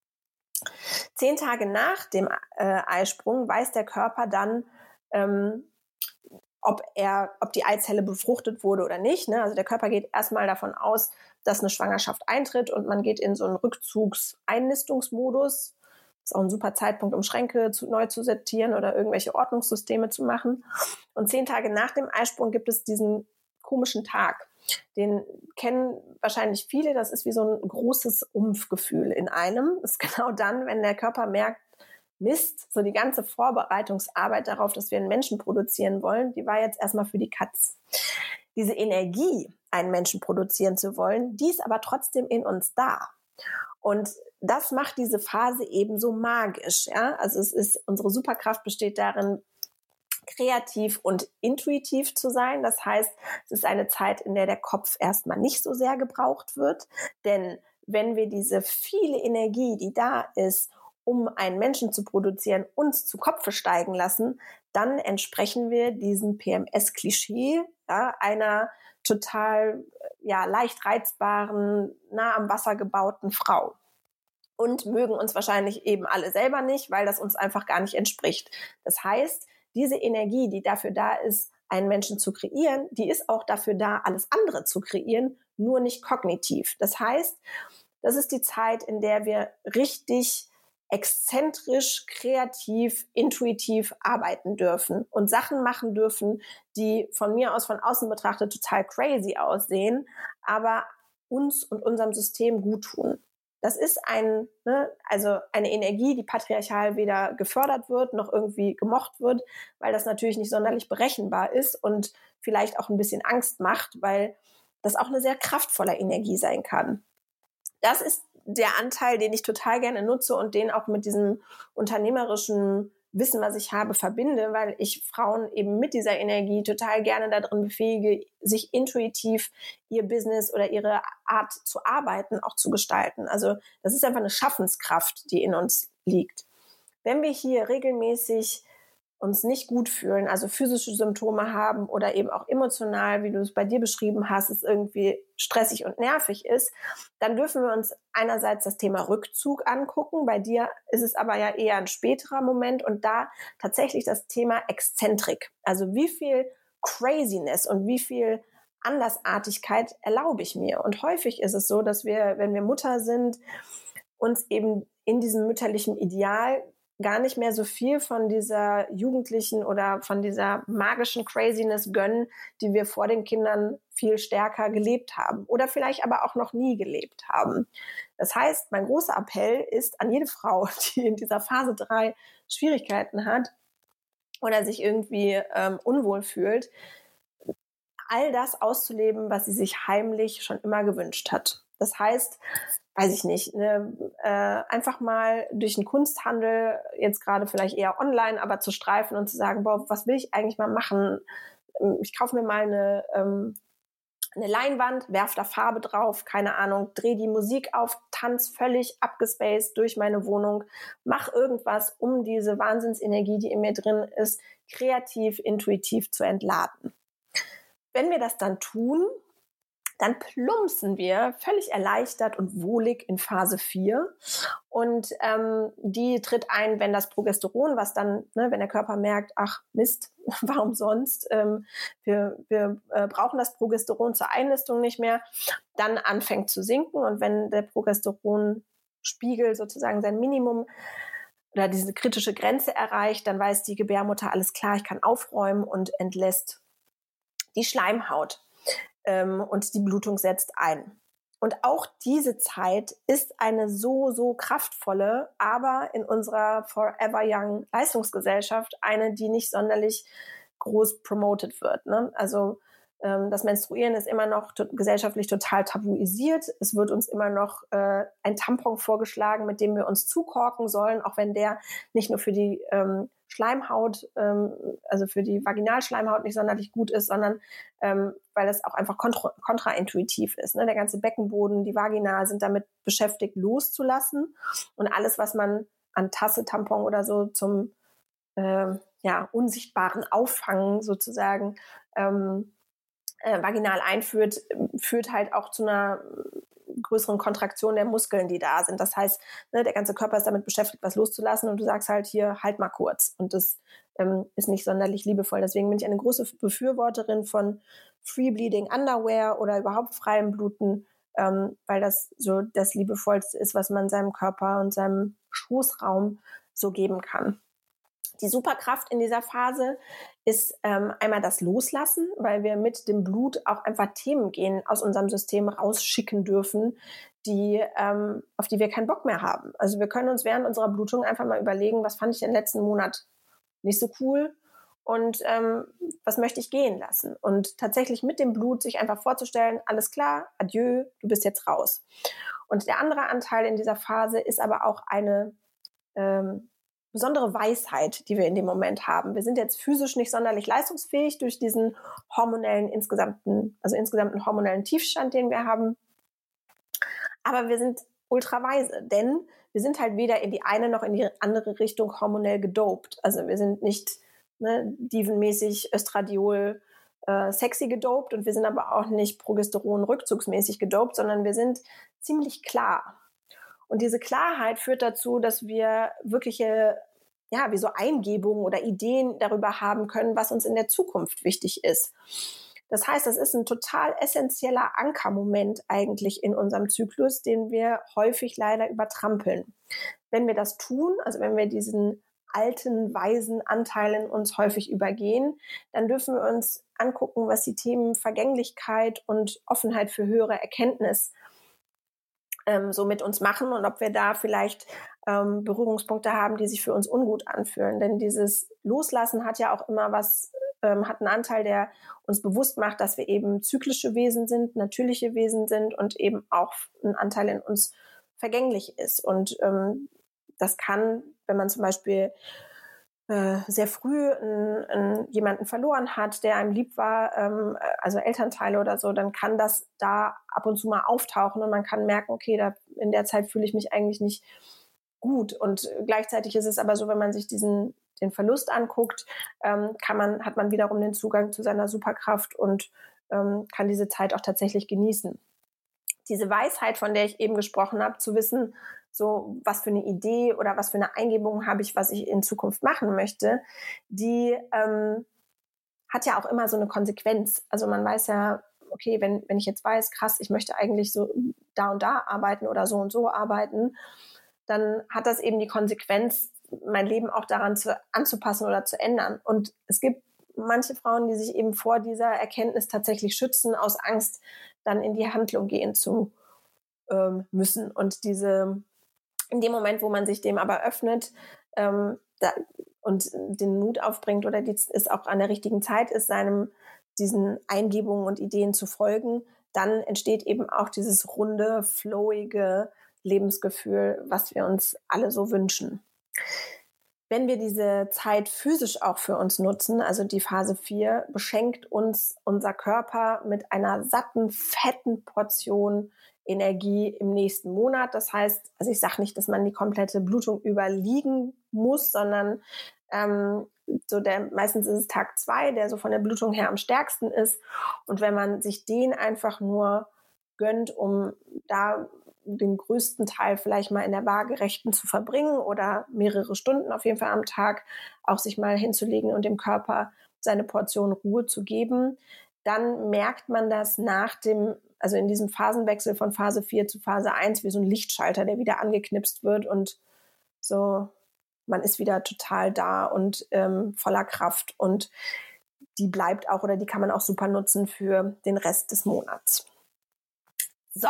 Zehn Tage nach dem äh, Eisprung weiß der Körper dann, ähm, ob er, ob die Eizelle befruchtet wurde oder nicht, ne? Also der Körper geht erstmal davon aus, dass eine Schwangerschaft eintritt und man geht in so einen Rückzugs-Einnistungsmodus. Ist auch ein super Zeitpunkt, um Schränke zu, neu zu sortieren oder irgendwelche Ordnungssysteme zu machen. Und zehn Tage nach dem Eisprung gibt es diesen komischen Tag. Den kennen wahrscheinlich viele. Das ist wie so ein großes Umfgefühl in einem. Das ist genau dann, wenn der Körper merkt, Mist, so die ganze Vorbereitungsarbeit darauf, dass wir einen Menschen produzieren wollen, die war jetzt erstmal für die Katz. Diese Energie, einen Menschen produzieren zu wollen, die ist aber trotzdem in uns da. Und das macht diese Phase eben so magisch. Ja? Also es ist, unsere Superkraft besteht darin, kreativ und intuitiv zu sein. Das heißt, es ist eine Zeit, in der der Kopf erstmal nicht so sehr gebraucht wird. Denn wenn wir diese viele Energie, die da ist, um einen Menschen zu produzieren, uns zu Kopfe steigen lassen, dann entsprechen wir diesem P M S-Klischee, ja, einer total ja, leicht reizbaren, nah am Wasser gebauten Frau. und mögen uns wahrscheinlich eben alle selber nicht, weil das uns einfach gar nicht entspricht. Das heißt, diese Energie, die dafür da ist, einen Menschen zu kreieren, die ist auch dafür da, alles andere zu kreieren, nur nicht kognitiv. Das heißt, das ist die Zeit, in der wir richtig exzentrisch, kreativ, intuitiv arbeiten dürfen und Sachen machen dürfen, die von mir aus von außen betrachtet total crazy aussehen, aber uns und unserem System gut tun. Das ist ein, ne, also eine Energie, die patriarchal weder gefördert wird, noch irgendwie gemocht wird, weil das natürlich nicht sonderlich berechenbar ist und vielleicht auch ein bisschen Angst macht, weil das auch eine sehr kraftvolle Energie sein kann. Das ist der Anteil, den ich total gerne nutze und den auch mit diesem unternehmerischen Wissen, was ich habe, verbinde, weil ich Frauen eben mit dieser Energie total gerne darin befähige, sich intuitiv ihr Business oder ihre Art zu arbeiten auch zu gestalten. Also das ist einfach eine Schaffenskraft, die in uns liegt. Wenn wir hier regelmäßig uns nicht gut fühlen, also physische Symptome haben oder eben auch emotional, wie du es bei dir beschrieben hast, es irgendwie stressig und nervig ist, dann dürfen wir uns einerseits das Thema Rückzug angucken. Bei dir ist es aber ja eher ein späterer Moment und da tatsächlich das Thema Exzentrik. Also wie viel Craziness und wie viel Andersartigkeit erlaube ich mir? Und häufig ist es so, dass wir, wenn wir Mutter sind, uns eben in diesem mütterlichen Ideal gar nicht mehr so viel von dieser jugendlichen oder von dieser magischen Craziness gönnen, die wir vor den Kindern viel stärker gelebt haben oder vielleicht aber auch noch nie gelebt haben. Das heißt, mein großer Appell ist an jede Frau, die in dieser Phase drei Schwierigkeiten hat oder sich irgendwie ähm, unwohl fühlt, all das auszuleben, was sie sich heimlich schon immer gewünscht hat. Das heißt, weiß ich nicht, ne, äh, einfach mal durch den Kunsthandel, jetzt gerade vielleicht eher online, aber zu streifen und zu sagen, boah, was will ich eigentlich mal machen? Ich kaufe mir mal eine, ähm, eine Leinwand, werf da Farbe drauf, keine Ahnung, dreh die Musik auf, tanz völlig abgespaced durch meine Wohnung, mach irgendwas, um diese Wahnsinnsenergie, die in mir drin ist, kreativ, intuitiv zu entladen. Wenn wir das dann tun, dann plumpsen wir völlig erleichtert und wohlig in Phase vier. Und ähm, die tritt ein, wenn das Progesteron, was dann, ne, wenn der Körper merkt, ach Mist, warum sonst, ähm, wir, wir äh, brauchen das Progesteron zur Einnistung nicht mehr, dann anfängt zu sinken. Und wenn der Progesteronspiegel sozusagen sein Minimum oder diese kritische Grenze erreicht, dann weiß die Gebärmutter, alles klar, ich kann aufräumen und entlässt die Schleimhaut. Und die Blutung setzt ein. Und auch diese Zeit ist eine so, so kraftvolle, aber in unserer Forever Young Leistungsgesellschaft eine, die nicht sonderlich groß promoted wird. Ne? Also ähm, das Menstruieren ist immer noch to- gesellschaftlich total tabuisiert. Es wird uns immer noch äh, ein Tampon vorgeschlagen, mit dem wir uns zukorken sollen, auch wenn der nicht nur für die ähm, Schleimhaut, ähm, also für die Vaginalschleimhaut nicht sonderlich gut ist, sondern ähm, weil es auch einfach kontra- kontraintuitiv ist. Ne? Der ganze Beckenboden, die Vagina sind damit beschäftigt, loszulassen. Und alles, was man an Tasse, Tampon oder so zum äh, ja, unsichtbaren Auffangen sozusagen ähm, äh, vaginal einführt, führt halt auch zu einer größeren Kontraktion der Muskeln, die da sind. Das heißt, ne, der ganze Körper ist damit beschäftigt, was loszulassen und du sagst halt hier, halt mal kurz. Und das ähm, ist nicht sonderlich liebevoll. Deswegen bin ich eine große Befürworterin von Free Bleeding Underwear oder überhaupt freiem Bluten, ähm, weil das so das Liebevollste ist, was man seinem Körper und seinem Schoßraum so geben kann. Die Superkraft in dieser Phase ist ähm, einmal das Loslassen, weil wir mit dem Blut auch einfach Themen gehen aus unserem System rausschicken dürfen, die ähm, auf die wir keinen Bock mehr haben. Also wir können uns während unserer Blutung einfach mal überlegen, was fand ich den letzten Monat nicht so cool und ähm, was möchte ich gehen lassen. Und tatsächlich mit dem Blut sich einfach vorzustellen, alles klar, adieu, du bist jetzt raus. Und der andere Anteil in dieser Phase ist aber auch eine ähm, besondere Weisheit, die wir in dem Moment haben. Wir sind jetzt physisch nicht sonderlich leistungsfähig durch diesen hormonellen insgesamten, also insgesamten hormonellen Tiefstand, den wir haben. Aber wir sind ultra weise, denn wir sind halt weder in die eine noch in die andere Richtung hormonell gedopt. Also wir sind nicht ne, dievenmäßig Östradiol äh, sexy gedopt und wir sind aber auch nicht Progesteron rückzugsmäßig gedopt, sondern wir sind ziemlich klar. Und diese Klarheit führt dazu, dass wir wirkliche, ja, wie so Eingebungen oder Ideen darüber haben können, was uns in der Zukunft wichtig ist. Das heißt, das ist ein total essentieller Ankermoment eigentlich in unserem Zyklus, den wir häufig leider übertrampeln. Wenn wir das tun, also wenn wir diesen alten, weisen Anteil in uns häufig übergehen, dann dürfen wir uns angucken, was die Themen Vergänglichkeit und Offenheit für höhere Erkenntnis ähm, so mit uns machen und ob wir da vielleicht ähm, Berührungspunkte haben, die sich für uns ungut anfühlen. Denn dieses Loslassen hat ja auch immer was, ähm, hat einen Anteil, der uns bewusst macht, dass wir eben zyklische Wesen sind, natürliche Wesen sind und eben auch ein Anteil in uns vergänglich ist. Und ähm, das kann, wenn man zum Beispiel äh, sehr früh einen, einen, jemanden verloren hat, der einem lieb war, ähm, also Elternteile oder so, dann kann das da ab und zu mal auftauchen und man kann merken, okay, da, in der Zeit fühle ich mich eigentlich nicht gut. Und gleichzeitig ist es aber so, wenn man sich diesen den Verlust anguckt, ähm, kann man, hat man wiederum den Zugang zu seiner Superkraft und ähm, kann diese Zeit auch tatsächlich genießen. Diese Weisheit, von der ich eben gesprochen habe, zu wissen, so was für eine Idee oder was für eine Eingebung habe ich, was ich in Zukunft machen möchte, die ähm, hat ja auch immer so eine Konsequenz. Also man weiß ja, okay, wenn, wenn ich jetzt weiß, krass, ich möchte eigentlich so da und da arbeiten oder so und so arbeiten, dann hat das eben die Konsequenz, mein Leben auch daran zu, anzupassen oder zu ändern. Und es gibt manche Frauen, die sich eben vor dieser Erkenntnis tatsächlich schützen, aus Angst, dann in die Handlung gehen zu ähm, müssen. Und diese, in dem Moment, wo man sich dem aber öffnet ähm, da, und den Mut aufbringt oder die, es auch an der richtigen Zeit ist, seinem diesen Eingebungen und Ideen zu folgen, dann entsteht eben auch dieses runde, flowige Lebensgefühl, was wir uns alle so wünschen. Wenn wir diese Zeit physisch auch für uns nutzen, also die Phase vier, beschenkt uns unser Körper mit einer satten, fetten Portion Energie im nächsten Monat. Das heißt, also ich sage nicht, dass man die komplette Blutung überliegen muss, sondern ähm, so der, meistens ist es Tag zwei, der so von der Blutung her am stärksten ist. Und wenn man sich den einfach nur gönnt, um da den größten Teil vielleicht mal in der Waagerechten zu verbringen oder mehrere Stunden auf jeden Fall am Tag auch sich mal hinzulegen und dem Körper seine Portion Ruhe zu geben, dann merkt man das nach dem, also in diesem Phasenwechsel von Phase vier zu Phase eins wie so ein Lichtschalter, der wieder angeknipst wird und so, man ist wieder total da und ähm, voller Kraft und die bleibt auch oder die kann man auch super nutzen für den Rest des Monats. So.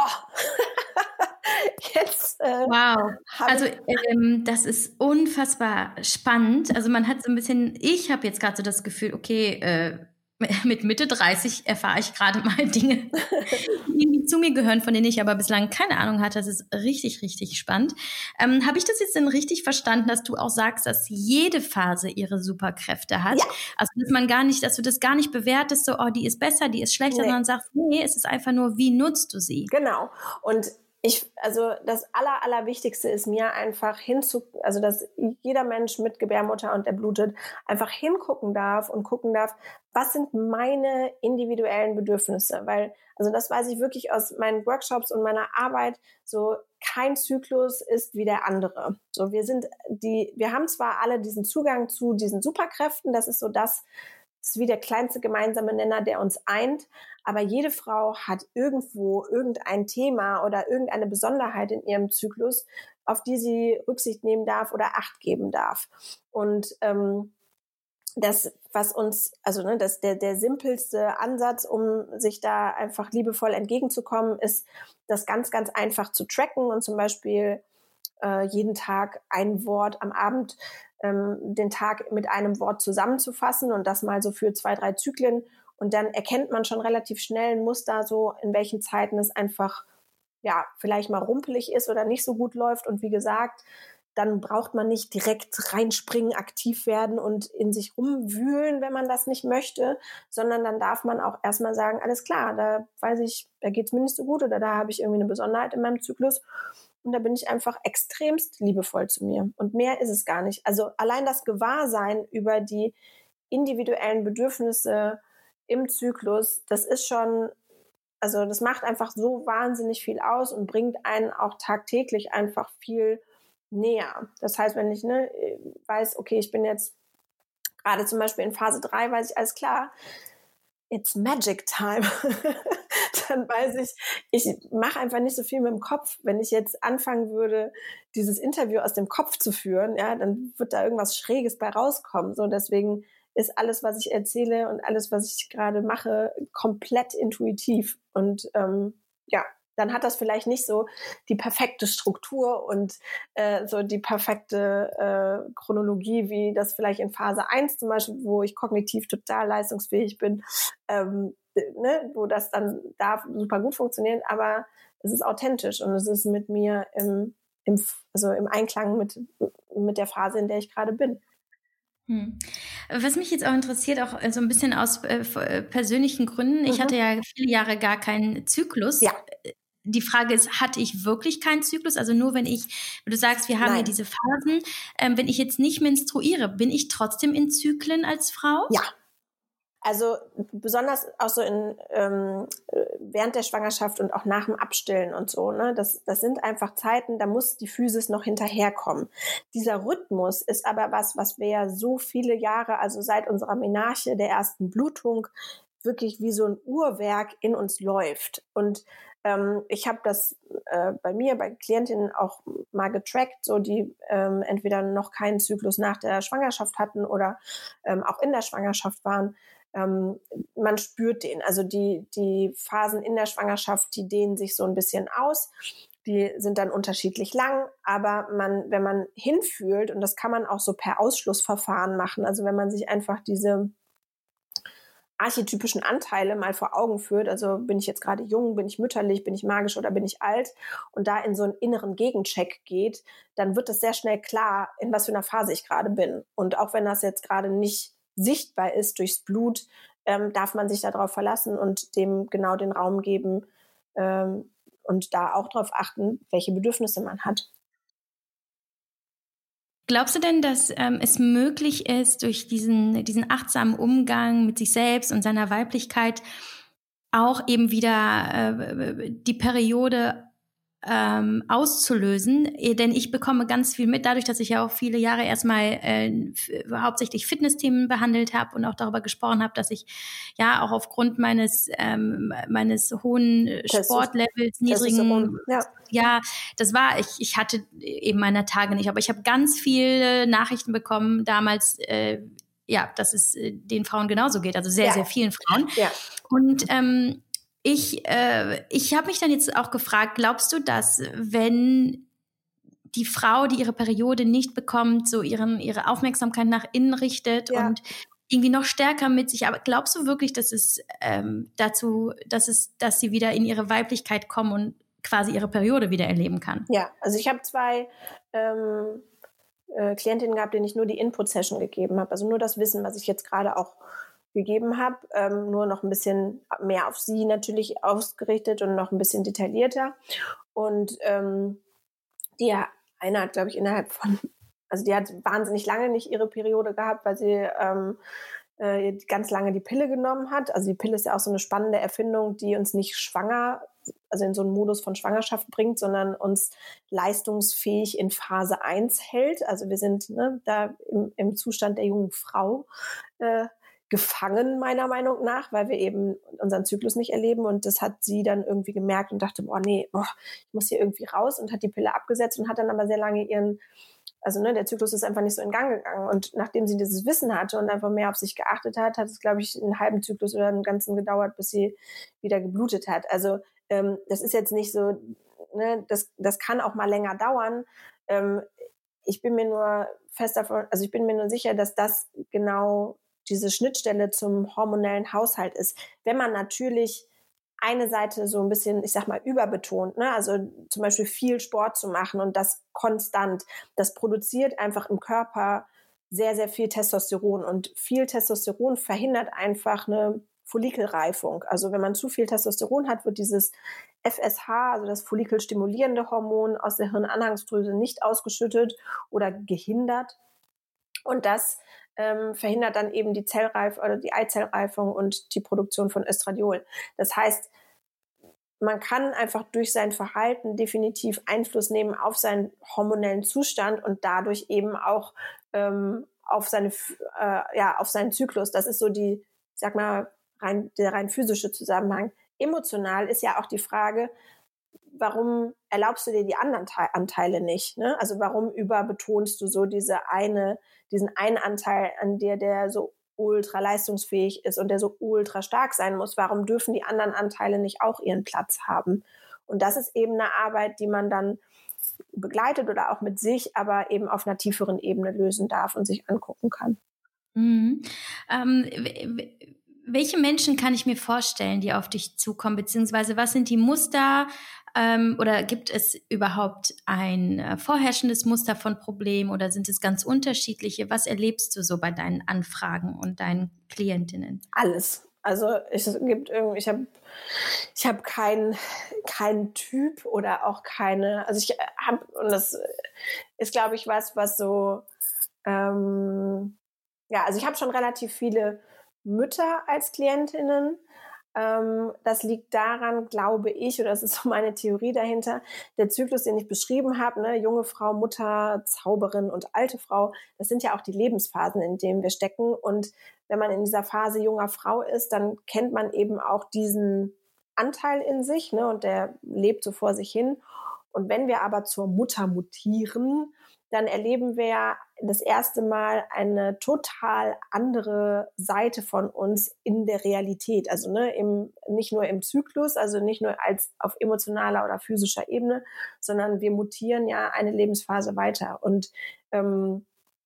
Jetzt, äh, wow, also ähm, das ist unfassbar spannend. Also man hat so ein bisschen, ich habe jetzt gerade so das Gefühl, okay, äh, mit Mitte dreißig erfahre ich gerade mal Dinge, die zu mir gehören, von denen ich aber bislang keine Ahnung hatte. Das ist richtig, richtig spannend. Ähm, habe ich das jetzt denn richtig verstanden, dass du auch sagst, dass jede Phase ihre Superkräfte hat? Ja. Also dass man gar nicht, dass du das gar nicht bewertest, so, oh, die ist besser, die ist schlechter, Nee. sondern sagst, nee, es ist einfach nur, wie nutzt du sie? Genau. Und ich, also das Aller, Allerwichtigste ist mir einfach hinzu, also dass jeder Mensch mit Gebärmutter und der blutet, einfach hingucken darf und gucken darf, was sind meine individuellen Bedürfnisse? Weil, also das weiß ich wirklich aus meinen Workshops und meiner Arbeit, so kein Zyklus ist wie der andere. So, wir sind die, wir haben zwar alle diesen Zugang zu diesen Superkräften, das ist so das, das ist wie der kleinste gemeinsame Nenner, der uns eint. Aber jede Frau hat irgendwo irgendein Thema oder irgendeine Besonderheit in ihrem Zyklus, auf die sie Rücksicht nehmen darf oder Acht geben darf. Und ähm, das, was uns, also ne, das, der, der simpelste Ansatz, um sich da einfach liebevoll entgegenzukommen, ist, das ganz, ganz einfach zu tracken und zum Beispiel äh, jeden Tag ein Wort am Abend, ähm, den Tag mit einem Wort zusammenzufassen und das mal so für zwei, drei Zyklen. Und dann erkennt man schon relativ schnell ein Muster, so in welchen Zeiten es einfach, ja, vielleicht mal rumpelig ist oder nicht so gut läuft. Und wie gesagt, dann braucht man nicht direkt reinspringen, aktiv werden und in sich rumwühlen, wenn man das nicht möchte, sondern dann darf man auch erstmal sagen, alles klar, da weiß ich, da geht's mir nicht so gut oder da habe ich irgendwie eine Besonderheit in meinem Zyklus. Und da bin ich einfach extremst liebevoll zu mir. Und mehr ist es gar nicht. Also allein das Gewahrsein über die individuellen Bedürfnisse im Zyklus, das ist schon Also das macht einfach so wahnsinnig viel aus und bringt einen auch tagtäglich einfach viel näher. Das heißt, wenn ich ne, weiß, okay, ich bin jetzt gerade zum Beispiel in Phase drei, weiß ich, alles klar, it's magic time. Dann weiß ich, ich mache einfach nicht so viel mit dem Kopf. Wenn ich jetzt anfangen würde, dieses Interview aus dem Kopf zu führen, ja, dann wird da irgendwas Schräges bei rauskommen. So, deswegen ist alles, was ich erzähle und alles, was ich gerade mache, komplett intuitiv. Und ähm, ja, dann hat das vielleicht nicht so die perfekte Struktur und äh, so die perfekte äh, Chronologie, wie das vielleicht in Phase eins zum Beispiel, wo ich kognitiv total leistungsfähig bin, ähm, ne, wo das dann da super gut funktioniert, aber es ist authentisch und es ist mit mir im, im, also im Einklang mit, mit der Phase, in der ich gerade bin. Hm. Was mich jetzt auch interessiert, auch so ein bisschen aus äh, persönlichen Gründen, ich mhm. hatte ja viele Jahre gar keinen Zyklus. Ja. Die Frage ist, hatte ich wirklich keinen Zyklus? Also nur wenn ich, du sagst, wir haben Nein. ja diese Phasen, ähm, wenn ich jetzt nicht menstruiere, bin ich trotzdem in Zyklen als Frau? Ja. Also besonders auch so in ähm, während der Schwangerschaft und auch nach dem Abstillen und so, ne, das, das sind einfach Zeiten, da muss die Physis noch hinterherkommen. Dieser Rhythmus ist aber was, was wir ja so viele Jahre, also seit unserer Menarche, der ersten Blutung, wirklich wie so ein Uhrwerk in uns läuft. Und ähm, ich habe das äh, bei mir, bei Klientinnen auch mal getrackt, so die ähm, entweder noch keinen Zyklus nach der Schwangerschaft hatten oder ähm, auch in der Schwangerschaft waren. Ähm, man spürt den. Also die, die Phasen in der Schwangerschaft, die dehnen sich so ein bisschen aus. Die sind dann unterschiedlich lang, aber man, wenn man hinfühlt, und das kann man auch so per Ausschlussverfahren machen, also wenn man sich einfach diese archetypischen Anteile mal vor Augen führt, also bin ich jetzt gerade jung, bin ich mütterlich, bin ich magisch oder bin ich alt und da in so einen inneren Gegencheck geht, dann wird es sehr schnell klar, in was für einer Phase ich gerade bin. Und auch wenn das jetzt gerade nicht sichtbar ist durchs Blut, ähm, darf man sich darauf verlassen und dem genau den Raum geben ähm, und da auch darauf achten, welche Bedürfnisse man hat. Glaubst du denn, dass ähm, es möglich ist, durch diesen, diesen achtsamen Umgang mit sich selbst und seiner Weiblichkeit auch eben wieder äh, die Periode ähm, auszulösen? Denn ich bekomme ganz viel mit, dadurch, dass ich ja auch viele Jahre erstmal äh, f- hauptsächlich Fitnessthemen behandelt habe und auch darüber gesprochen habe, dass ich ja auch aufgrund meines ähm, meines hohen Sportlevels, niedrigen, ja. ja, das war, ich, ich hatte eben meine Tage nicht, aber ich habe ganz viele Nachrichten bekommen damals, äh, ja, dass es äh, den Frauen genauso geht, also sehr, Ja. sehr vielen Frauen. Ja. Und ähm, Ich, äh, ich habe mich dann jetzt auch gefragt, glaubst du, dass wenn die Frau, die ihre Periode nicht bekommt, so ihren, ihre Aufmerksamkeit nach innen richtet Ja. und irgendwie noch stärker mit sich, aber glaubst du wirklich, dass es ähm, dazu, dass es, dass sie wieder in ihre Weiblichkeit kommen und quasi ihre Periode wieder erleben kann? Ja, also ich habe zwei ähm, äh, Klientinnen gehabt, denen ich nur die Input-Session gegeben habe, also nur das Wissen, was ich jetzt gerade auch gegeben habe, ähm, nur noch ein bisschen mehr auf sie natürlich ausgerichtet und noch ein bisschen detaillierter. Und ähm, die eine hat, glaube ich, innerhalb von, also die hat wahnsinnig lange nicht ihre Periode gehabt, weil sie ähm, äh, ganz lange die Pille genommen hat. Also die Pille ist ja auch so eine spannende Erfindung, die uns nicht schwanger, also in so einen Modus von Schwangerschaft bringt, sondern uns leistungsfähig in Phase eins hält. Also wir sind ne, da im, im Zustand der jungen Frau äh, gefangen, meiner Meinung nach, weil wir eben unseren Zyklus nicht erleben. Und das hat sie dann irgendwie gemerkt und dachte, boah, nee, boah, ich muss hier irgendwie raus, und hat die Pille abgesetzt und hat dann aber sehr lange ihren, also ne, der Zyklus ist einfach nicht so in Gang gegangen. Und nachdem sie dieses Wissen hatte und einfach mehr auf sich geachtet hat, hat es, glaube ich, einen halben Zyklus oder einen ganzen gedauert, bis sie wieder geblutet hat. Also ähm, das ist jetzt nicht so, ne, das, das kann auch mal länger dauern. Ähm, ich bin mir nur fest davon, also ich bin mir nur sicher, dass das genau diese Schnittstelle zum hormonellen Haushalt ist. Wenn man natürlich eine Seite so ein bisschen, ich sag mal, überbetont, ne? Also zum Beispiel viel Sport zu machen und das konstant, das produziert einfach im Körper sehr, sehr viel Testosteron, und viel Testosteron verhindert einfach eine Follikelreifung. Also wenn man zu viel Testosteron hat, wird dieses F S H, also das follikelstimulierende Hormon, aus der Hirnanhangsdrüse nicht ausgeschüttet oder gehindert. Und das ähm, verhindert dann eben die Zellreifung oder die Eizellreifung und die Produktion von Östradiol. Das heißt, man kann einfach durch sein Verhalten definitiv Einfluss nehmen auf seinen hormonellen Zustand und dadurch eben auch ähm, auf seine, äh, ja, auf seinen Zyklus. Das ist so die, ich sag mal, rein, der rein physische Zusammenhang. Emotional ist ja auch die Frage, warum erlaubst du dir die anderen Te- Anteile nicht? Ne? Also warum überbetonst du so diese eine, diesen einen Anteil an dir, der so ultra leistungsfähig ist und der so ultra stark sein muss? Warum dürfen die anderen Anteile nicht auch ihren Platz haben? Und das ist eben eine Arbeit, die man dann begleitet oder auch mit sich, aber eben auf einer tieferen Ebene lösen darf und sich angucken kann. Mhm. Ähm, w- welche Menschen kann ich mir vorstellen, die auf dich zukommen, beziehungsweise was sind die Muster, ähm, oder gibt es überhaupt ein äh, vorherrschendes Muster von Problemen oder sind es ganz unterschiedliche? Was erlebst du so bei deinen Anfragen und deinen Klientinnen? Alles. Also es gibt irgendwie, ich habe ich habe keinen keinen Typ oder auch keine, also ich habe, und das ist, glaube ich, was, was so, ähm, ja, also ich habe schon relativ viele Mütter als Klientinnen. Ähm, das liegt daran, glaube ich, oder das ist so meine Theorie dahinter, der Zyklus, den ich beschrieben habe, ne, junge Frau, Mutter, Zauberin und alte Frau, das sind ja auch die Lebensphasen, in denen wir stecken. Und wenn man in dieser Phase junger Frau ist, dann kennt man eben auch diesen Anteil in sich, ne, und der lebt so vor sich hin. Und wenn wir aber zur Mutter mutieren, dann erleben wir das erste Mal eine total andere Seite von uns in der Realität. Also ne, im, nicht nur im Zyklus, also nicht nur als auf emotionaler oder physischer Ebene, sondern wir mutieren ja eine Lebensphase weiter. Und ähm,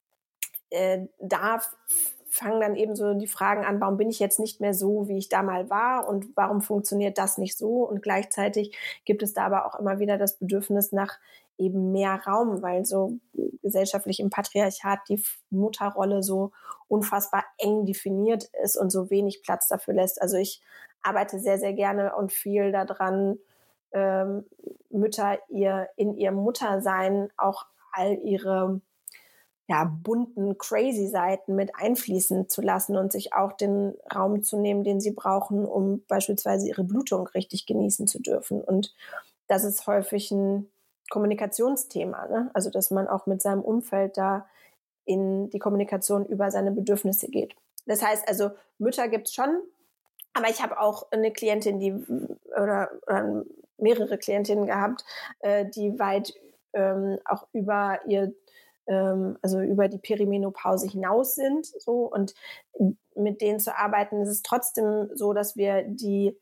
äh, da fangen dann eben so die Fragen an, warum bin ich jetzt nicht mehr so, wie ich da mal war und warum funktioniert das nicht so? Und gleichzeitig gibt es da aber auch immer wieder das Bedürfnis nach eben mehr Raum, weil so gesellschaftlich im Patriarchat die Mutterrolle so unfassbar eng definiert ist und so wenig Platz dafür lässt. Also ich arbeite sehr, sehr gerne und viel daran, ähm, Mütter ihr in ihrem Muttersein auch all ihre ja, bunten, crazy Seiten mit einfließen zu lassen und sich auch den Raum zu nehmen, den sie brauchen, um beispielsweise ihre Blutung richtig genießen zu dürfen. Und das ist häufig ein Kommunikationsthema, ne? Also, dass man auch mit seinem Umfeld da in die Kommunikation über seine Bedürfnisse geht. Das heißt also, Mütter gibt's schon, aber ich habe auch eine Klientin, die oder, oder mehrere Klientinnen gehabt, äh, die weit ähm, auch über ihr also über die Perimenopause hinaus sind, so, und mit denen zu arbeiten, ist es trotzdem so, dass wir die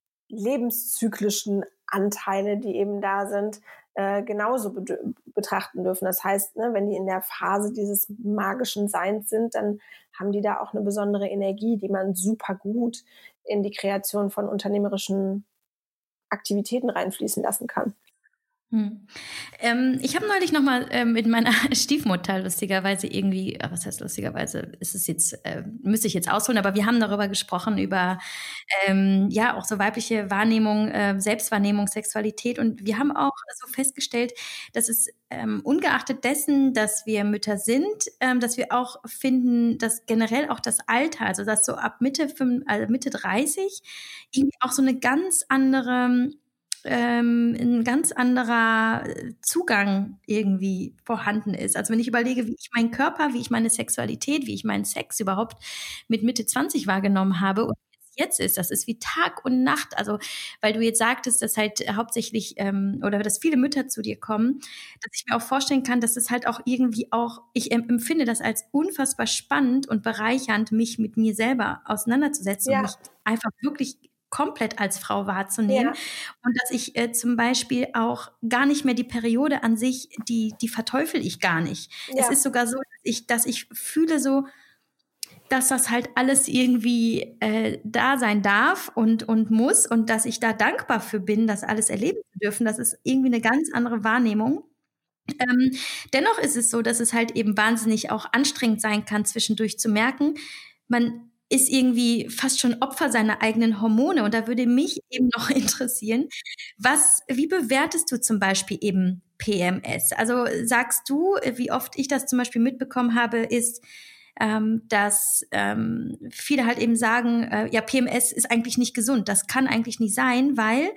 lebenszyklischen Anteile, die eben da sind, äh, genauso be- betrachten dürfen. Das heißt, ne, wenn die in der Phase dieses magischen Seins sind, dann haben die da auch eine besondere Energie, die man super gut in die Kreation von unternehmerischen Aktivitäten reinfließen lassen kann. Hm. Ähm, ich habe neulich noch mal äh, mit meiner Stiefmutter lustigerweise irgendwie, äh, was heißt lustigerweise, ist es jetzt, äh, müsste ich jetzt ausholen, aber wir haben darüber gesprochen, über ähm, ja auch so weibliche Wahrnehmung, äh, Selbstwahrnehmung, Sexualität, und wir haben auch so festgestellt, dass es ähm, ungeachtet dessen, dass wir Mütter sind, ähm, dass wir auch finden, dass generell auch das Alter, also dass so ab Mitte, fünf, also Mitte dreißig irgendwie auch so eine ganz andere ähm, ein ganz anderer Zugang irgendwie vorhanden ist. Also wenn ich überlege, wie ich meinen Körper, wie ich meine Sexualität, wie ich meinen Sex überhaupt mit Mitte zwanzig wahrgenommen habe und jetzt ist, das ist wie Tag und Nacht. Also weil du jetzt sagtest, dass halt hauptsächlich ähm, oder dass viele Mütter zu dir kommen, dass ich mir auch vorstellen kann, dass es halt auch irgendwie auch, ich empfinde das als unfassbar spannend und bereichernd, mich mit mir selber auseinanderzusetzen, ja, und mich einfach wirklich komplett als Frau wahrzunehmen, ja, und dass ich äh, zum Beispiel auch gar nicht mehr die Periode an sich, die die verteufel ich gar nicht. Ja. Es ist sogar so, dass ich, dass ich fühle so, dass das halt alles irgendwie äh, da sein darf und und muss und dass ich da dankbar für bin, das alles erleben zu dürfen. Das ist irgendwie eine ganz andere Wahrnehmung. Ähm, dennoch ist es so, dass es halt eben wahnsinnig auch anstrengend sein kann, zwischendurch zu merken, man ist irgendwie fast schon Opfer seiner eigenen Hormone. Und da würde mich eben noch interessieren, was, wie bewertest du zum Beispiel eben P M S? Also sagst du, wie oft ich das zum Beispiel mitbekommen habe, ist, ähm, dass ähm, viele halt eben sagen, äh, ja, P M S ist eigentlich nicht gesund. Das kann eigentlich nicht sein, weil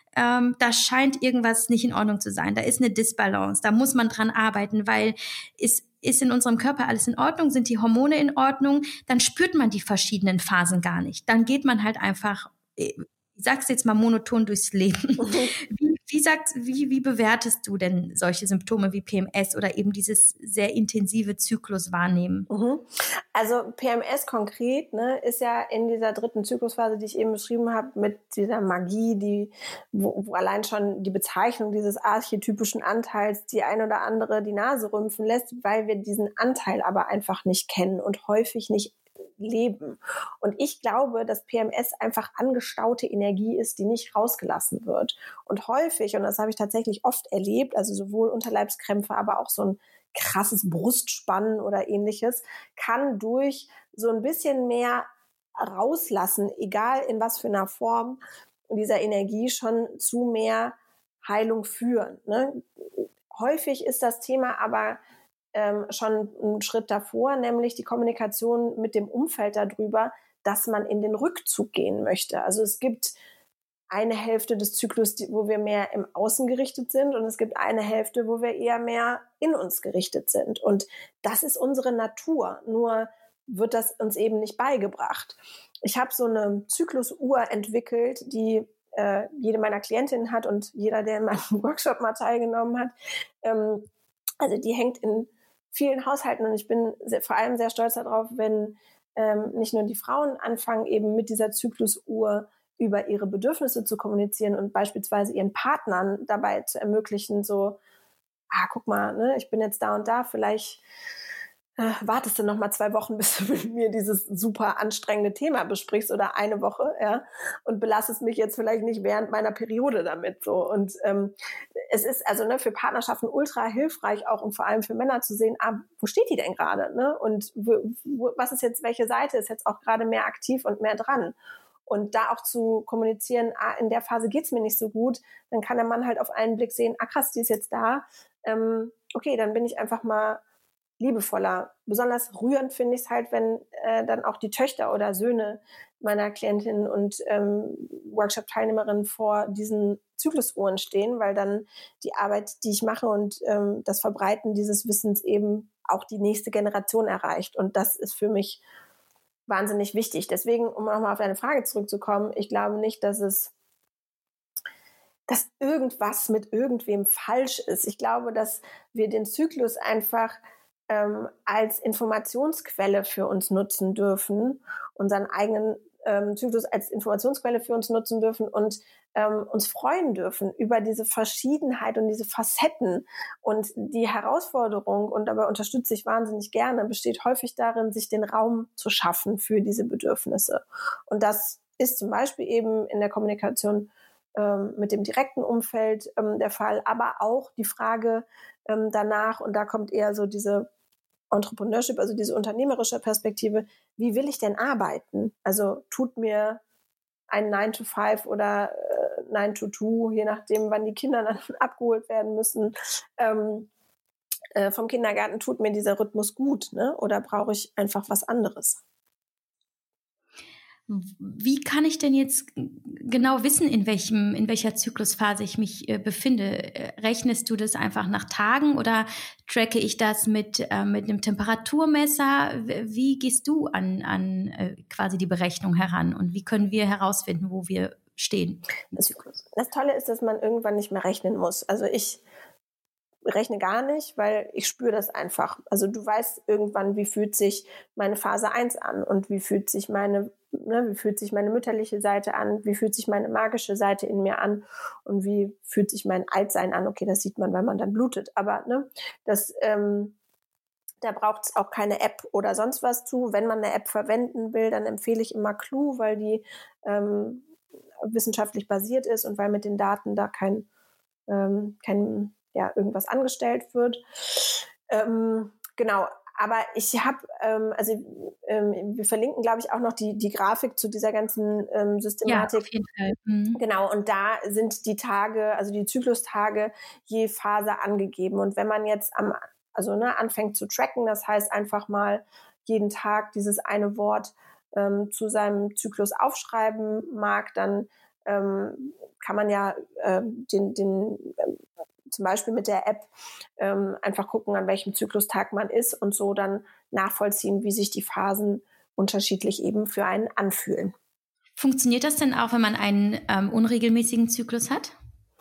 ähm, da scheint irgendwas nicht in Ordnung zu sein. Da ist eine Disbalance, da muss man dran arbeiten, weil es ist in unserem Körper alles in Ordnung, sind die Hormone in Ordnung, dann spürt man die verschiedenen Phasen gar nicht. Dann geht man halt einfach, ich sag's jetzt mal, monoton durchs Leben. Mhm. Wie, wie, sagst, wie, wie bewertest du denn solche Symptome wie P M S oder eben dieses sehr intensive Zykluswahrnehmen? Mhm. Also P M S konkret, ne, ist ja in dieser dritten Zyklusphase, die ich eben beschrieben habe, mit dieser Magie, die, wo, wo allein schon die Bezeichnung dieses archetypischen Anteils die ein oder andere die Nase rümpfen lässt, weil wir diesen Anteil aber einfach nicht kennen und häufig nicht leben. Und ich glaube, dass P M S einfach angestaute Energie ist, die nicht rausgelassen wird. Und häufig, und das habe ich tatsächlich oft erlebt, also sowohl Unterleibskrämpfe, aber auch so ein krasses Brustspannen oder ähnliches, kann durch so ein bisschen mehr rauslassen, egal in was für einer Form dieser Energie, schon zu mehr Heilung führen. Ne? Häufig ist das Thema aber ähm, schon einen Schritt davor, nämlich die Kommunikation mit dem Umfeld darüber, dass man in den Rückzug gehen möchte. Also es gibt eine Hälfte des Zyklus, wo wir mehr im Außen gerichtet sind, und es gibt eine Hälfte, wo wir eher mehr in uns gerichtet sind. Und das ist unsere Natur, nur wird das uns eben nicht beigebracht. Ich habe so eine Zyklusuhr entwickelt, die äh, jede meiner Klientinnen hat und jeder, der in meinem Workshop mal teilgenommen hat. Ähm, also die hängt in vielen Haushalten, und ich bin sehr, vor allem sehr stolz darauf, wenn ähm, nicht nur die Frauen anfangen, eben mit dieser Zyklusuhr über ihre Bedürfnisse zu kommunizieren und beispielsweise ihren Partnern dabei zu ermöglichen, so, ah, guck mal, ne, ich bin jetzt da und da, vielleicht äh, wartest du noch mal zwei Wochen, bis du mit mir dieses super anstrengende Thema besprichst, oder eine Woche, ja, und belastest mich jetzt vielleicht nicht während meiner Periode damit, so. Und ähm, es ist also ne, für Partnerschaften ultra hilfreich auch, und vor allem für Männer zu sehen, ah, wo steht die denn gerade, ne? Und wo, wo, was ist jetzt, welche Seite ist jetzt auch gerade mehr aktiv und mehr dran? Und da auch zu kommunizieren, ah, in der Phase geht's mir nicht so gut, dann kann der Mann halt auf einen Blick sehen, ah krass, die ist jetzt da. Ähm, okay, dann bin ich einfach mal liebevoller. Besonders rührend finde ich es halt, wenn äh, dann auch die Töchter oder Söhne meiner Klientinnen und ähm, Workshop-Teilnehmerinnen vor diesen Zyklusuhren stehen, weil dann die Arbeit, die ich mache, und ähm, das Verbreiten dieses Wissens eben auch die nächste Generation erreicht. Und das ist für mich wahnsinnig wichtig. Deswegen, um nochmal auf deine Frage zurückzukommen, ich glaube nicht, dass es, dass irgendwas mit irgendwem falsch ist. Ich glaube, dass wir den Zyklus einfach ähm, als Informationsquelle für uns nutzen dürfen, unseren eigenen ähm, Zyklus als Informationsquelle für uns nutzen dürfen und ähm, uns freuen dürfen über diese Verschiedenheit und diese Facetten. Und die Herausforderung, und dabei unterstütze ich wahnsinnig gerne, besteht häufig darin, sich den Raum zu schaffen für diese Bedürfnisse. Und das ist zum Beispiel eben in der Kommunikation ähm, mit dem direkten Umfeld ähm, der Fall, aber auch die Frage ähm, danach, und da kommt eher so diese Entrepreneurship, also diese unternehmerische Perspektive, wie will ich denn arbeiten? Also tut mir ein nine to five oder äh, nine to two, je nachdem, wann die Kinder dann abgeholt werden müssen, ähm, äh, vom Kindergarten, tut mir dieser Rhythmus gut, ne? Oder brauche ich einfach was anderes? Wie kann ich denn jetzt genau wissen, in welchem, in welcher Zyklusphase ich mich äh, befinde? Rechnest du das einfach nach Tagen oder tracke ich das mit, äh, mit einem Temperaturmesser? Wie gehst du an, an äh, quasi die Berechnung heran, und wie können wir herausfinden, wo wir stehen im Zyklus? Das Tolle ist, dass man irgendwann nicht mehr rechnen muss. Also ich rechne gar nicht, weil ich spüre das einfach. Also du weißt irgendwann, wie fühlt sich meine Phase eins an und wie fühlt sich meine, ne, wie fühlt sich meine mütterliche Seite an, wie fühlt sich meine magische Seite in mir an und wie fühlt sich mein Altsein an. Okay, das sieht man, weil man dann blutet, aber ne, das, ähm, da braucht es auch keine App oder sonst was zu. Wenn man eine App verwenden will, dann empfehle ich immer Clue, weil die ähm, wissenschaftlich basiert ist und weil mit den Daten da kein, ähm, kein ja, irgendwas angestellt wird. Ähm, genau, aber ich habe, ähm, also ähm, wir verlinken, glaube ich, auch noch die, die Grafik zu dieser ganzen ähm, Systematik. Ja, auf jeden Fall. Mhm. Genau, und da sind die Tage, also die Zyklustage je Phase angegeben. Und wenn man jetzt am, also ne, anfängt zu tracken, das heißt einfach mal jeden Tag dieses eine Wort ähm, zu seinem Zyklus aufschreiben mag, dann ähm, kann man ja äh, den, den äh, zum Beispiel mit der App ähm, einfach gucken, an welchem Zyklustag man ist und so dann nachvollziehen, wie sich die Phasen unterschiedlich eben für einen anfühlen. Funktioniert das denn auch, wenn man einen ähm, unregelmäßigen Zyklus hat?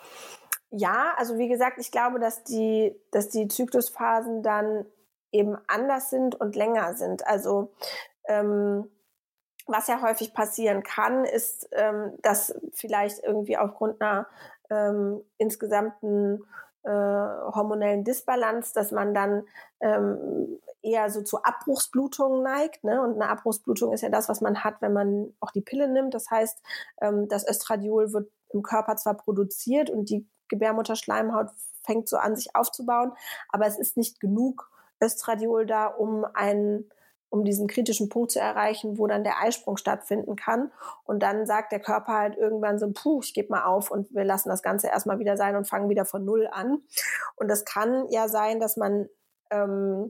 Ja, also wie gesagt, ich glaube, dass die, dass die Zyklusphasen dann eben anders sind und länger sind. Also ähm, was ja häufig passieren kann, ist, ähm, dass vielleicht irgendwie aufgrund einer ähm, insgesamten äh, hormonellen Disbalance, dass man dann ähm, eher so zu Abbruchsblutungen neigt. Ne? Und eine Abbruchsblutung ist ja das, was man hat, wenn man auch die Pille nimmt. Das heißt, ähm, das Östradiol wird im Körper zwar produziert und die Gebärmutterschleimhaut fängt so an, sich aufzubauen, aber es ist nicht genug Östradiol da, um einen um diesen kritischen Punkt zu erreichen, wo dann der Eisprung stattfinden kann. Und dann sagt der Körper halt irgendwann so, puh, ich gebe mal auf und wir lassen das Ganze erstmal wieder sein und fangen wieder von Null an. Und das kann ja sein, dass man, ähm,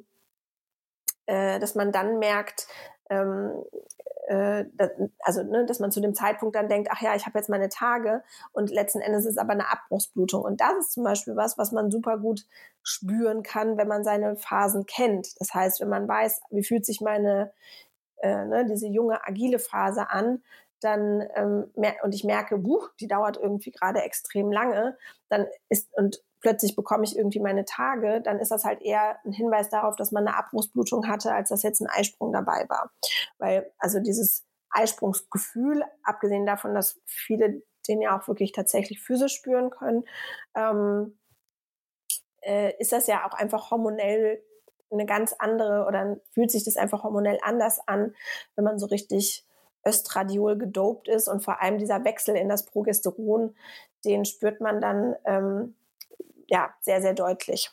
äh, dass man dann merkt, ähm, äh, dass, also ne, dass man zu dem Zeitpunkt dann denkt, ach ja, ich habe jetzt meine Tage und letzten Endes ist es aber eine Abbruchsblutung. Und das ist zum Beispiel was, was man super gut spüren kann, wenn man seine Phasen kennt. Das heißt, wenn man weiß, wie fühlt sich meine, äh, ne, diese junge, agile Phase an, dann ähm, mer- und ich merke, buch, die dauert irgendwie gerade extrem lange, dann ist und plötzlich bekomme ich irgendwie meine Tage, dann ist das halt eher ein Hinweis darauf, dass man eine Abbruchsblutung hatte, als dass jetzt ein Eisprung dabei war. Weil also dieses Eisprungsgefühl, abgesehen davon, dass viele den ja auch wirklich tatsächlich physisch spüren können, ähm, äh, ist das ja auch einfach hormonell eine ganz andere oder fühlt sich das einfach hormonell anders an, wenn man so richtig Östradiol gedopt ist und vor allem dieser Wechsel in das Progesteron, den spürt man dann ähm, ja sehr, sehr deutlich.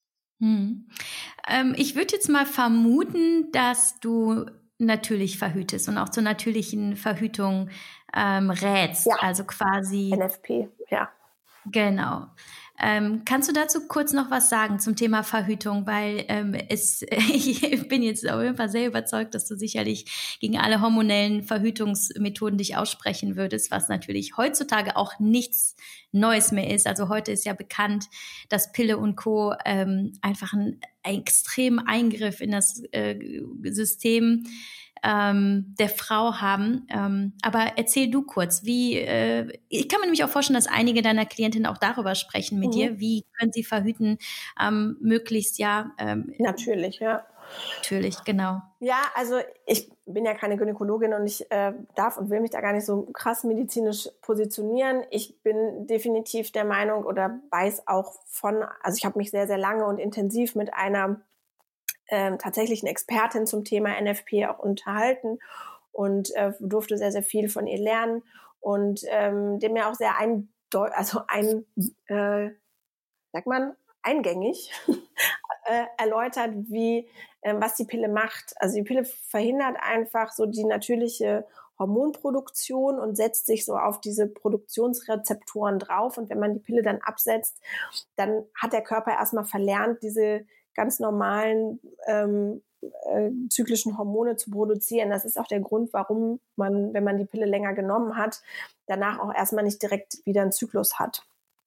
Hm. Ähm, ich würde jetzt mal vermuten, dass du natürlich verhütest und auch zur natürlichen Verhütung ähm, rätst, Ja. also quasi N F P, ja. Genau. Ähm, kannst du dazu kurz noch was sagen zum Thema Verhütung? Weil ähm, es, ich bin jetzt auf jeden Fall sehr überzeugt, dass du sicherlich gegen alle hormonellen Verhütungsmethoden dich aussprechen würdest, was natürlich heutzutage auch nichts Neues mehr ist. Also heute ist ja bekannt, dass Pille und Co. Ähm, einfach einen extremen Eingriff in das äh, System ähm, der Frau haben. Ähm, aber erzähl du kurz, wie, äh, ich kann mir nämlich auch vorstellen, dass einige deiner Klientinnen auch darüber sprechen mit mhm. dir. Wie können sie verhüten, ähm, möglichst, ja. Ähm, Natürlich, ja. Natürlich, genau. Ja, also ich bin ja keine Gynäkologin und ich äh, darf und will mich da gar nicht so krass medizinisch positionieren. Ich bin definitiv der Meinung oder weiß auch von, also ich habe mich sehr, sehr lange und intensiv mit einer ähm, tatsächlichen Expertin zum Thema N F P auch unterhalten und äh, durfte sehr, sehr viel von ihr lernen und ähm, dem mir auch sehr ein, also ein, äh, sagt man, eingängig äh, erläutert, wie äh, was die Pille macht. Also die Pille verhindert einfach so die natürliche Hormonproduktion und setzt sich so auf diese Produktionsrezeptoren drauf. Und wenn man die Pille dann absetzt, dann hat der Körper erstmal verlernt, diese ganz normalen ähm, äh, zyklischen Hormone zu produzieren. Das ist auch der Grund, warum man, wenn man die Pille länger genommen hat, danach auch erstmal nicht direkt wieder einen Zyklus hat.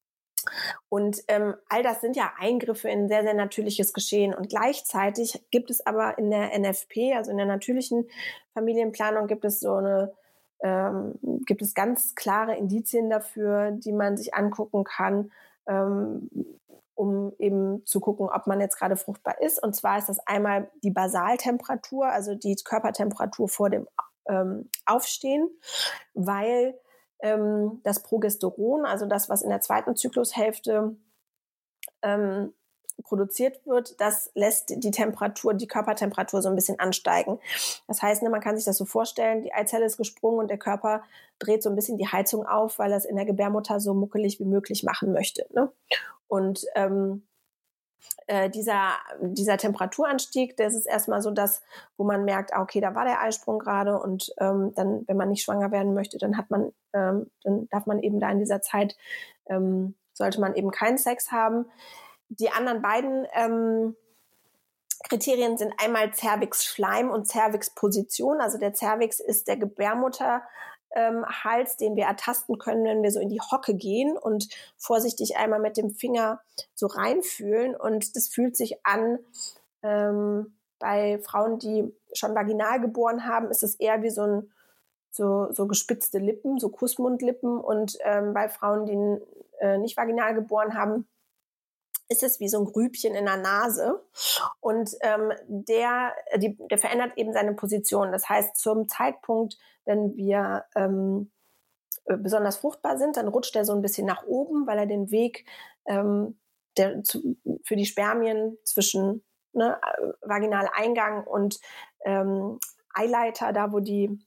Und ähm, all das sind ja Eingriffe in sehr, sehr natürliches Geschehen. Und gleichzeitig gibt es aber in der N F P, also in der natürlichen Familienplanung, gibt es so eine, ähm, gibt es ganz klare Indizien dafür, die man sich angucken kann, ähm, um eben zu gucken, ob man jetzt gerade fruchtbar ist. Und zwar ist das einmal die Basaltemperatur, also die Körpertemperatur vor dem ähm, Aufstehen, weil ähm, das Progesteron, also das, was in der zweiten Zyklushälfte ähm, produziert wird, das lässt die Temperatur, die Körpertemperatur so ein bisschen ansteigen. Das heißt, ne, man kann sich das so vorstellen, die Eizelle ist gesprungen und der Körper dreht so ein bisschen die Heizung auf, weil er es in der Gebärmutter so muckelig wie möglich machen möchte. Ne? Und ähm, äh, dieser, dieser Temperaturanstieg, das ist erstmal so das, wo man merkt, ah, okay, da war der Eisprung gerade und ähm, dann, wenn man nicht schwanger werden möchte, dann hat man, ähm, dann darf man eben da in dieser Zeit, ähm, sollte man eben keinen Sex haben. Die anderen beiden ähm, Kriterien sind einmal Cervix-Schleim und Cervix-Position. Also der Cervix ist der Gebärmutter ähm, Hals, den wir ertasten können, wenn wir so in die Hocke gehen und vorsichtig einmal mit dem Finger so reinfühlen. Und das fühlt sich an, ähm, bei Frauen, die schon vaginal geboren haben, ist es eher wie so ein so, so gespitzte Lippen, so Kussmundlippen. Und ähm, bei Frauen, die äh, nicht vaginal geboren haben, ist es wie so ein Grübchen in der Nase. Und ähm, der, die, der verändert eben seine Position. Das heißt, zum Zeitpunkt, wenn wir ähm, besonders fruchtbar sind, dann rutscht er so ein bisschen nach oben, weil er den Weg ähm, der, zu, für die Spermien zwischen ne, Vaginaleingang und ähm, Eileiter, da wo die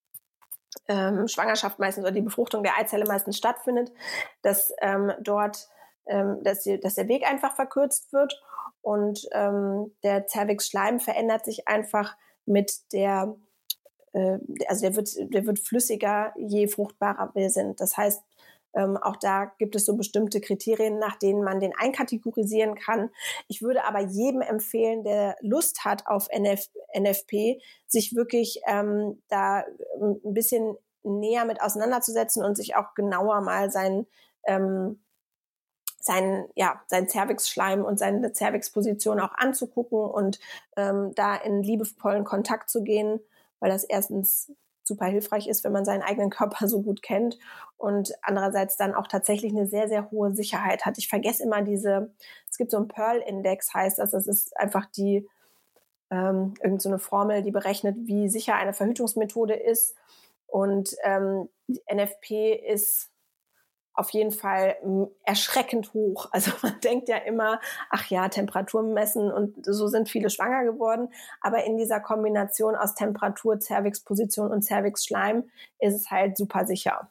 ähm, Schwangerschaft meistens oder die Befruchtung der Eizelle meistens stattfindet, dass ähm, dort ähm, dass, die, dass der Weg einfach verkürzt wird und ähm, der Zervixschleim verändert sich einfach mit der, äh, also der wird, der wird flüssiger, je fruchtbarer wir sind. Das heißt, ähm, auch da gibt es so bestimmte Kriterien, nach denen man den einkategorisieren kann. Ich würde aber jedem empfehlen, der Lust hat auf N F, N F P, sich wirklich ähm, da ein bisschen näher mit auseinanderzusetzen und sich auch genauer mal sein ähm, sein, ja, sein Zervixschleim und seine Zervixposition auch anzugucken und ähm, da in liebevollen Kontakt zu gehen, weil das erstens super hilfreich ist, wenn man seinen eigenen Körper so gut kennt und andererseits dann auch tatsächlich eine sehr, sehr hohe Sicherheit hat. Ich vergesse immer diese, es gibt so einen Pearl-Index, heißt das, das ist einfach die, ähm, irgend so eine Formel, die berechnet, wie sicher eine Verhütungsmethode ist und ähm, N F P ist auf jeden Fall erschreckend hoch. Also man denkt ja immer, ach ja, Temperatur messen und so sind viele schwanger geworden. Aber in dieser Kombination aus Temperatur, Zervixposition und Zervixschleim ist es halt super sicher.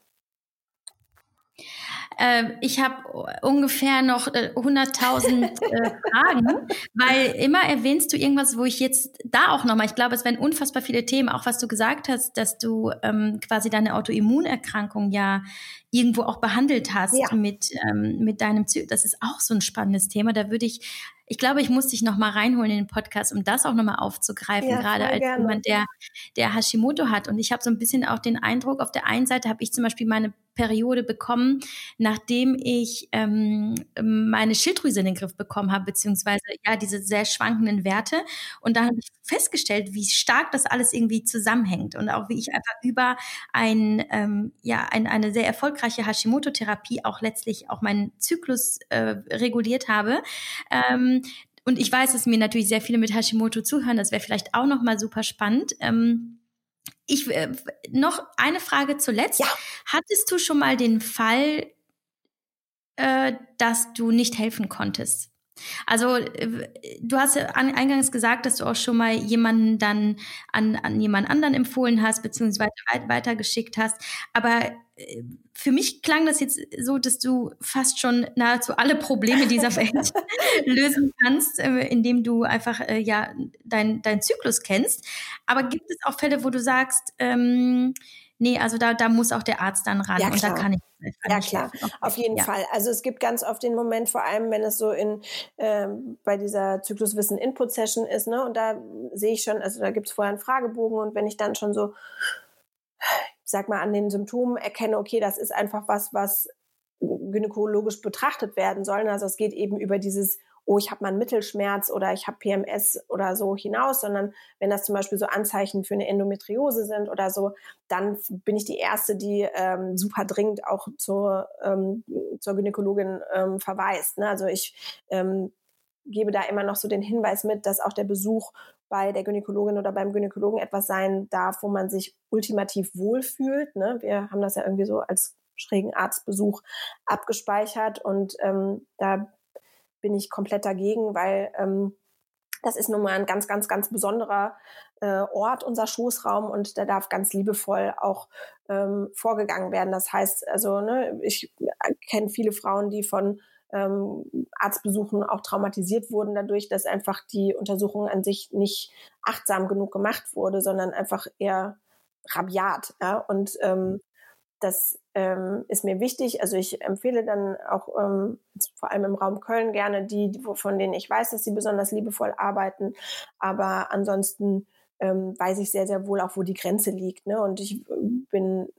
Äh, ich habe ungefähr noch äh, hunderttausend äh, Fragen, weil immer erwähnst du irgendwas, wo ich jetzt da auch nochmal, ich glaube, es werden unfassbar viele Themen, auch was du gesagt hast, dass du ähm, quasi deine Autoimmunerkrankung ja irgendwo auch behandelt hast Ja. mit, ähm, mit deinem Zyklus. Das ist auch so ein spannendes Thema. Da würde ich, ich glaube, ich muss dich nochmal reinholen in den Podcast, um das auch nochmal aufzugreifen, Ja, gerade als gerne. jemand, der, der Hashimoto hat. Und ich habe so ein bisschen auch den Eindruck, auf der einen Seite habe ich zum Beispiel meine Periode bekommen, nachdem ich ähm, meine Schilddrüse in den Griff bekommen habe, beziehungsweise ja diese sehr schwankenden Werte. Und da habe ich festgestellt, wie stark das alles irgendwie zusammenhängt und auch wie ich einfach über ein, ähm, ja, ein, eine sehr erfolgreiche Hashimoto-Therapie auch letztlich auch meinen Zyklus äh, reguliert habe. Ähm, und ich weiß, dass mir natürlich sehr viele mit Hashimoto zuhören. Das wäre vielleicht auch nochmal super spannend. Ähm, Ich, äh, noch eine Frage zuletzt. Ja. Hattest du schon mal den Fall, äh, dass du nicht helfen konntest? Also äh, du hast ja an, eingangs gesagt, dass du auch schon mal jemanden dann an, an jemand anderen empfohlen hast, beziehungsweise weit, weitergeschickt hast. Aber äh, für mich klang das jetzt so, dass du fast schon nahezu alle Probleme dieser Welt lösen kannst, äh, indem du einfach äh, ja dein, dein Zyklus kennst. Aber gibt es auch Fälle, wo du sagst, ähm, nee, also da, da muss auch der Arzt dann ran Ja, und da klar. kann ich kann Ja, ich klar, helfen. Okay. auf jeden Ja. Fall. Also es gibt ganz oft den Moment, vor allem wenn es so in ähm, bei dieser Zykluswissen-Input-Session ist, ne, und da sehe ich schon, also da gibt es vorher einen Fragebogen und wenn ich dann schon so, sag mal, an den Symptomen erkenne, okay, das ist einfach was, was gynäkologisch betrachtet werden soll. Also es geht eben über dieses, oh, ich habe mal einen Mittelschmerz oder ich habe P M S oder so hinaus, sondern wenn das zum Beispiel so Anzeichen für eine Endometriose sind oder so, dann bin ich die Erste, die ähm, super dringend auch zur, ähm, zur Gynäkologin ähm, verweist. Ne? Also ich ähm, gebe da immer noch so den Hinweis mit, dass auch der Besuch bei der Gynäkologin oder beim Gynäkologen etwas sein darf, wo man sich ultimativ wohlfühlt. Ne? Wir haben das ja irgendwie so als schrägen Arztbesuch abgespeichert und ähm, da bin ich komplett dagegen, weil ähm, das ist nun mal ein ganz, ganz, ganz besonderer äh, Ort, unser Schoßraum, und da darf ganz liebevoll auch ähm, vorgegangen werden. Das heißt, also ne, ich kenne viele Frauen, die von ähm, Arztbesuchen auch traumatisiert wurden dadurch, dass einfach die Untersuchung an sich nicht achtsam genug gemacht wurde, sondern einfach eher rabiat. Ja? Und ähm, das ähm, ist mir wichtig. Also ich empfehle dann auch ähm, vor allem im Raum Köln gerne die, die, von denen ich weiß, dass sie besonders liebevoll arbeiten. Aber ansonsten ähm, weiß ich sehr, sehr wohl auch, wo die Grenze liegt. Ne? Und ich bin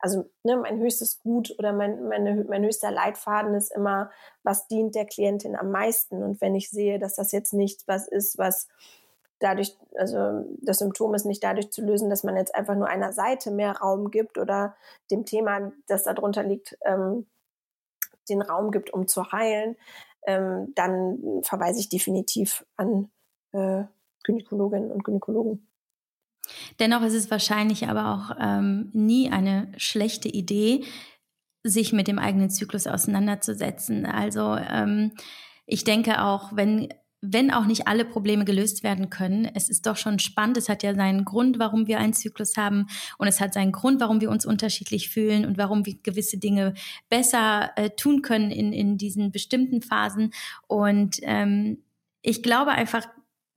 also ne, mein höchstes Gut oder mein, meine, mein höchster Leitfaden ist immer, was dient der Klientin am meisten? Und wenn ich sehe, dass das jetzt nicht was ist, was dadurch, also das Symptom ist nicht dadurch zu lösen, dass man jetzt einfach nur einer Seite mehr Raum gibt oder dem Thema, das darunter liegt, ähm, den Raum gibt, um zu heilen, ähm, dann verweise ich definitiv an äh, Gynäkologinnen und Gynäkologen. Dennoch ist es wahrscheinlich aber auch ähm, nie eine schlechte Idee, sich mit dem eigenen Zyklus auseinanderzusetzen. Also ähm, ich denke auch, wenn wenn auch nicht alle Probleme gelöst werden können, es ist doch schon spannend. Es hat ja seinen Grund, warum wir einen Zyklus haben, und es hat seinen Grund, warum wir uns unterschiedlich fühlen und warum wir gewisse Dinge besser äh, tun können in in diesen bestimmten Phasen. Und ähm, ich glaube einfach,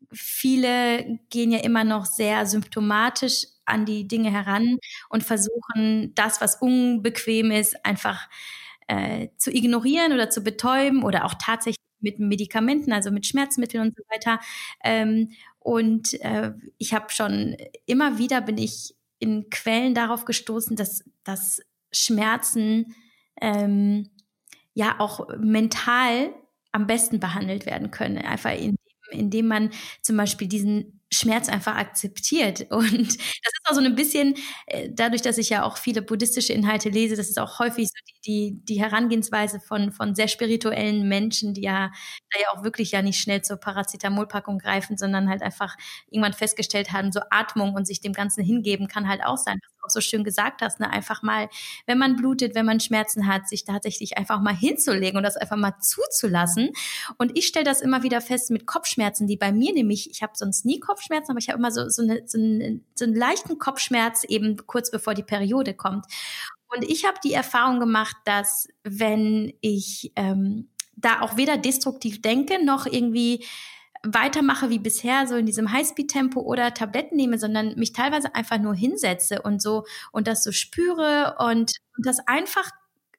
viele gehen ja immer noch sehr symptomatisch an die Dinge heran und versuchen, das, was unbequem ist, einfach äh, zu ignorieren oder zu betäuben oder auch tatsächlich mit Medikamenten, also mit Schmerzmitteln und so weiter. Ähm, und äh, ich habe schon immer wieder bin ich in Quellen darauf gestoßen, dass, dass Schmerzen ähm, ja auch mental am besten behandelt werden können. Einfach in indem man zum Beispiel diesen Schmerz einfach akzeptiert. Und das ist auch so ein bisschen, dadurch, dass ich ja auch viele buddhistische Inhalte lese, das ist auch häufig so die, die, die Herangehensweise von, von sehr spirituellen Menschen, die ja da ja auch wirklich ja nicht schnell zur Paracetamolpackung greifen, sondern halt einfach irgendwann festgestellt haben, so Atmung und sich dem Ganzen hingeben kann halt auch sein, was du auch so schön gesagt hast, ne? Einfach mal, wenn man blutet, wenn man Schmerzen hat, sich tatsächlich einfach mal hinzulegen und das einfach mal zuzulassen. Und ich stelle das immer wieder fest mit Kopfschmerzen, die bei mir nämlich, ich habe sonst nie Kopfschmerzen, aber ich habe immer so, so, eine, so, eine, so einen leichten Kopfschmerz eben kurz bevor die Periode kommt. Und ich habe die Erfahrung gemacht, dass wenn ich ähm, da auch weder destruktiv denke, noch irgendwie weitermache wie bisher, so in diesem Highspeed-Tempo oder Tabletten nehme, sondern mich teilweise einfach nur hinsetze und so und das so spüre und, und das einfach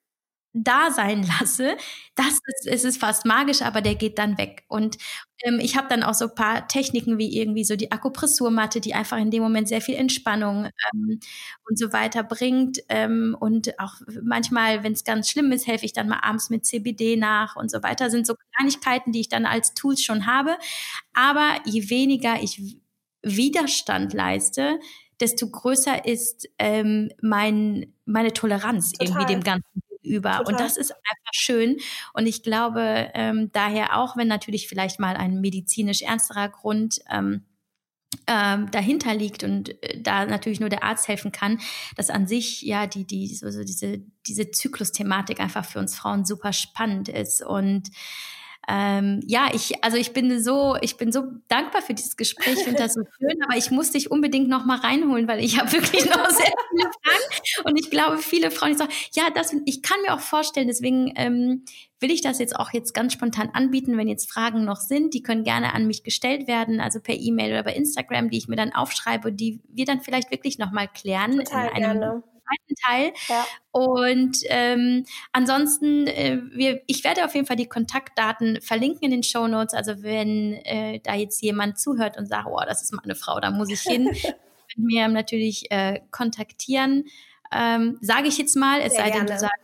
da sein lasse, das ist, es ist fast magisch, aber der geht dann weg. Und ähm, ich habe dann auch so ein paar Techniken wie irgendwie so die Akupressurmatte, die einfach in dem Moment sehr viel Entspannung ähm, und so weiter bringt. Ähm, und auch manchmal, wenn es ganz schlimm ist, helfe ich dann mal abends mit C B D nach und so weiter. Sind so Kleinigkeiten, die ich dann als Tools schon habe. Aber je weniger ich Widerstand leiste, desto größer ist ähm, mein, meine Toleranz Total. irgendwie dem Ganzen über. Total. Und das ist einfach schön. Und ich glaube, ähm, daher auch, wenn natürlich vielleicht mal ein medizinisch ernsterer Grund ähm, ähm, dahinter liegt und äh, da natürlich nur der Arzt helfen kann, dass an sich ja die die so, so diese diese Zyklusthematik einfach für uns Frauen super spannend ist. Und ähm, ja, ich, also ich bin so, ich bin so dankbar für dieses Gespräch, ich finde das so schön, aber ich muss dich unbedingt noch mal reinholen, weil ich habe wirklich noch sehr viele Fragen und ich glaube, viele Frauen, die sagen, ja, das, ich kann mir auch vorstellen, deswegen ähm, will ich das jetzt auch jetzt ganz spontan anbieten, wenn jetzt Fragen noch sind, die können gerne an mich gestellt werden, also per E-Mail oder bei Instagram, die ich mir dann aufschreibe, die wir dann vielleicht wirklich noch mal klären. Total in einem gerne. zweiten Teil. Ja. Und ähm, ansonsten, äh, wir, ich werde auf jeden Fall die Kontaktdaten verlinken in den Shownotes. Also wenn äh, da jetzt jemand zuhört und sagt, oh, das ist meine Frau, da muss ich hin, könnt mir natürlich äh, kontaktieren. Ähm, sage ich jetzt mal, es Sehr sei gerne. denn, du sagst,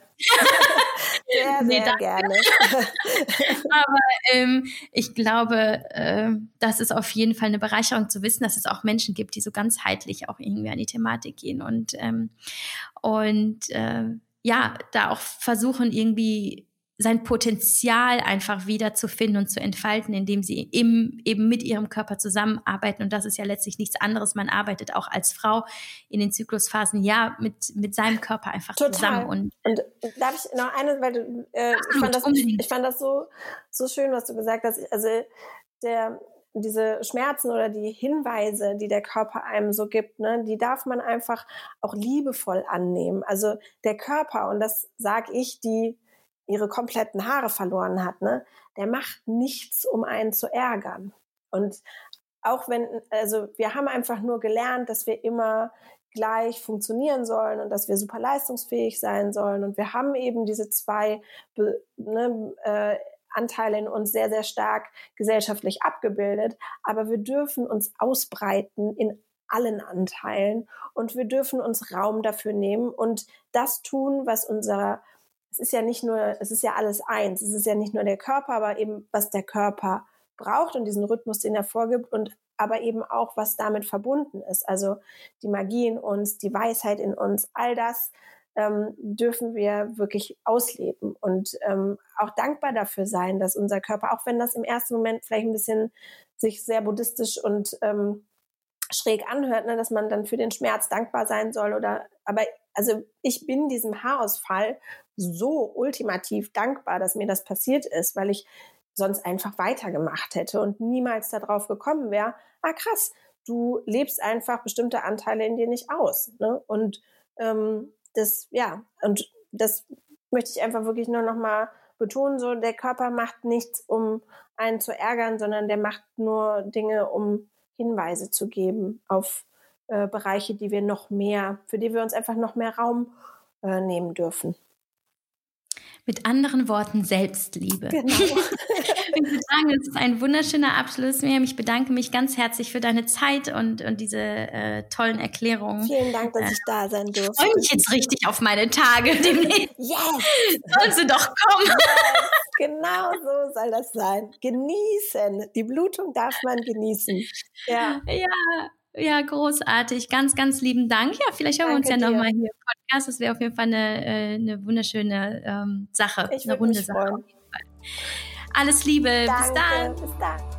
sehr, nee, sehr gerne. Aber ähm, ich glaube, äh, das ist auf jeden Fall eine Bereicherung zu wissen, dass es auch Menschen gibt, die so ganzheitlich auch irgendwie an die Thematik gehen und, ähm, und äh, ja, da auch versuchen, irgendwie sein Potenzial einfach wiederzufinden und zu entfalten, indem sie im, eben mit ihrem Körper zusammenarbeiten. Und das ist ja letztlich nichts anderes. Man arbeitet auch als Frau in den Zyklusphasen ja mit, mit seinem Körper einfach Total. zusammen. Und, und darf ich noch eine, weil du, äh, absolut, ich fand das, unbedingt. ich fand das so, so schön, was du gesagt hast. Also der, diese Schmerzen oder die Hinweise, die der Körper einem so gibt, ne, die darf man einfach auch liebevoll annehmen. Also der Körper, und das sage ich, die ihre kompletten Haare verloren hat, ne, der macht nichts, um einen zu ärgern. Und auch wenn, also wir haben einfach nur gelernt, dass wir immer gleich funktionieren sollen und dass wir super leistungsfähig sein sollen. Und wir haben eben diese zwei ne, äh, Anteile in uns sehr, sehr stark gesellschaftlich abgebildet. Aber wir dürfen uns ausbreiten in allen Anteilen und wir dürfen uns Raum dafür nehmen und das tun, was unser, es ist ja nicht nur, es ist ja alles eins, es ist ja nicht nur der Körper, aber eben was der Körper braucht und diesen Rhythmus, den er vorgibt und aber eben auch, was damit verbunden ist. Also die Magie in uns, die Weisheit in uns, all das ähm, dürfen wir wirklich ausleben und ähm, auch dankbar dafür sein, dass unser Körper, auch wenn das im ersten Moment vielleicht ein bisschen sich sehr buddhistisch und ähm, schräg anhört, ne, dass man dann für den Schmerz dankbar sein soll oder, aber also ich bin diesem Haarausfall so ultimativ dankbar, dass mir das passiert ist, weil ich sonst einfach weitergemacht hätte und niemals darauf gekommen wäre, ah krass, du lebst einfach bestimmte Anteile in dir nicht aus. Ne? Und ähm, das, ja, und das möchte ich einfach wirklich nur nochmal betonen, so der Körper macht nichts, um einen zu ärgern, sondern der macht nur Dinge, um Hinweise zu geben auf äh, Bereiche, die wir noch mehr, für die wir uns einfach noch mehr Raum äh, nehmen dürfen. Mit anderen Worten, Selbstliebe. Genau. Ich würde sagen, das ist ein wunderschöner Abschluss, Miriam. Ich bedanke mich ganz herzlich für deine Zeit und, und diese äh, tollen Erklärungen. Vielen Dank, dass ich da sein durfte. Ich freue mich jetzt richtig auf meine Tage demnächst. Yes! Sollst du doch kommen. Yes! Genau so soll das sein. Genießen. Die Blutung darf man genießen. Ja. Ja. Ja, großartig. Ganz, ganz lieben Dank. Ja, vielleicht hören Danke wir uns ja nochmal hier dir. im Podcast. Das wäre auf jeden Fall eine, eine wunderschöne ähm, Sache. Ich eine würde runde mich Sache. freuen. Alles Liebe. Danke. Bis dann. Bis dann.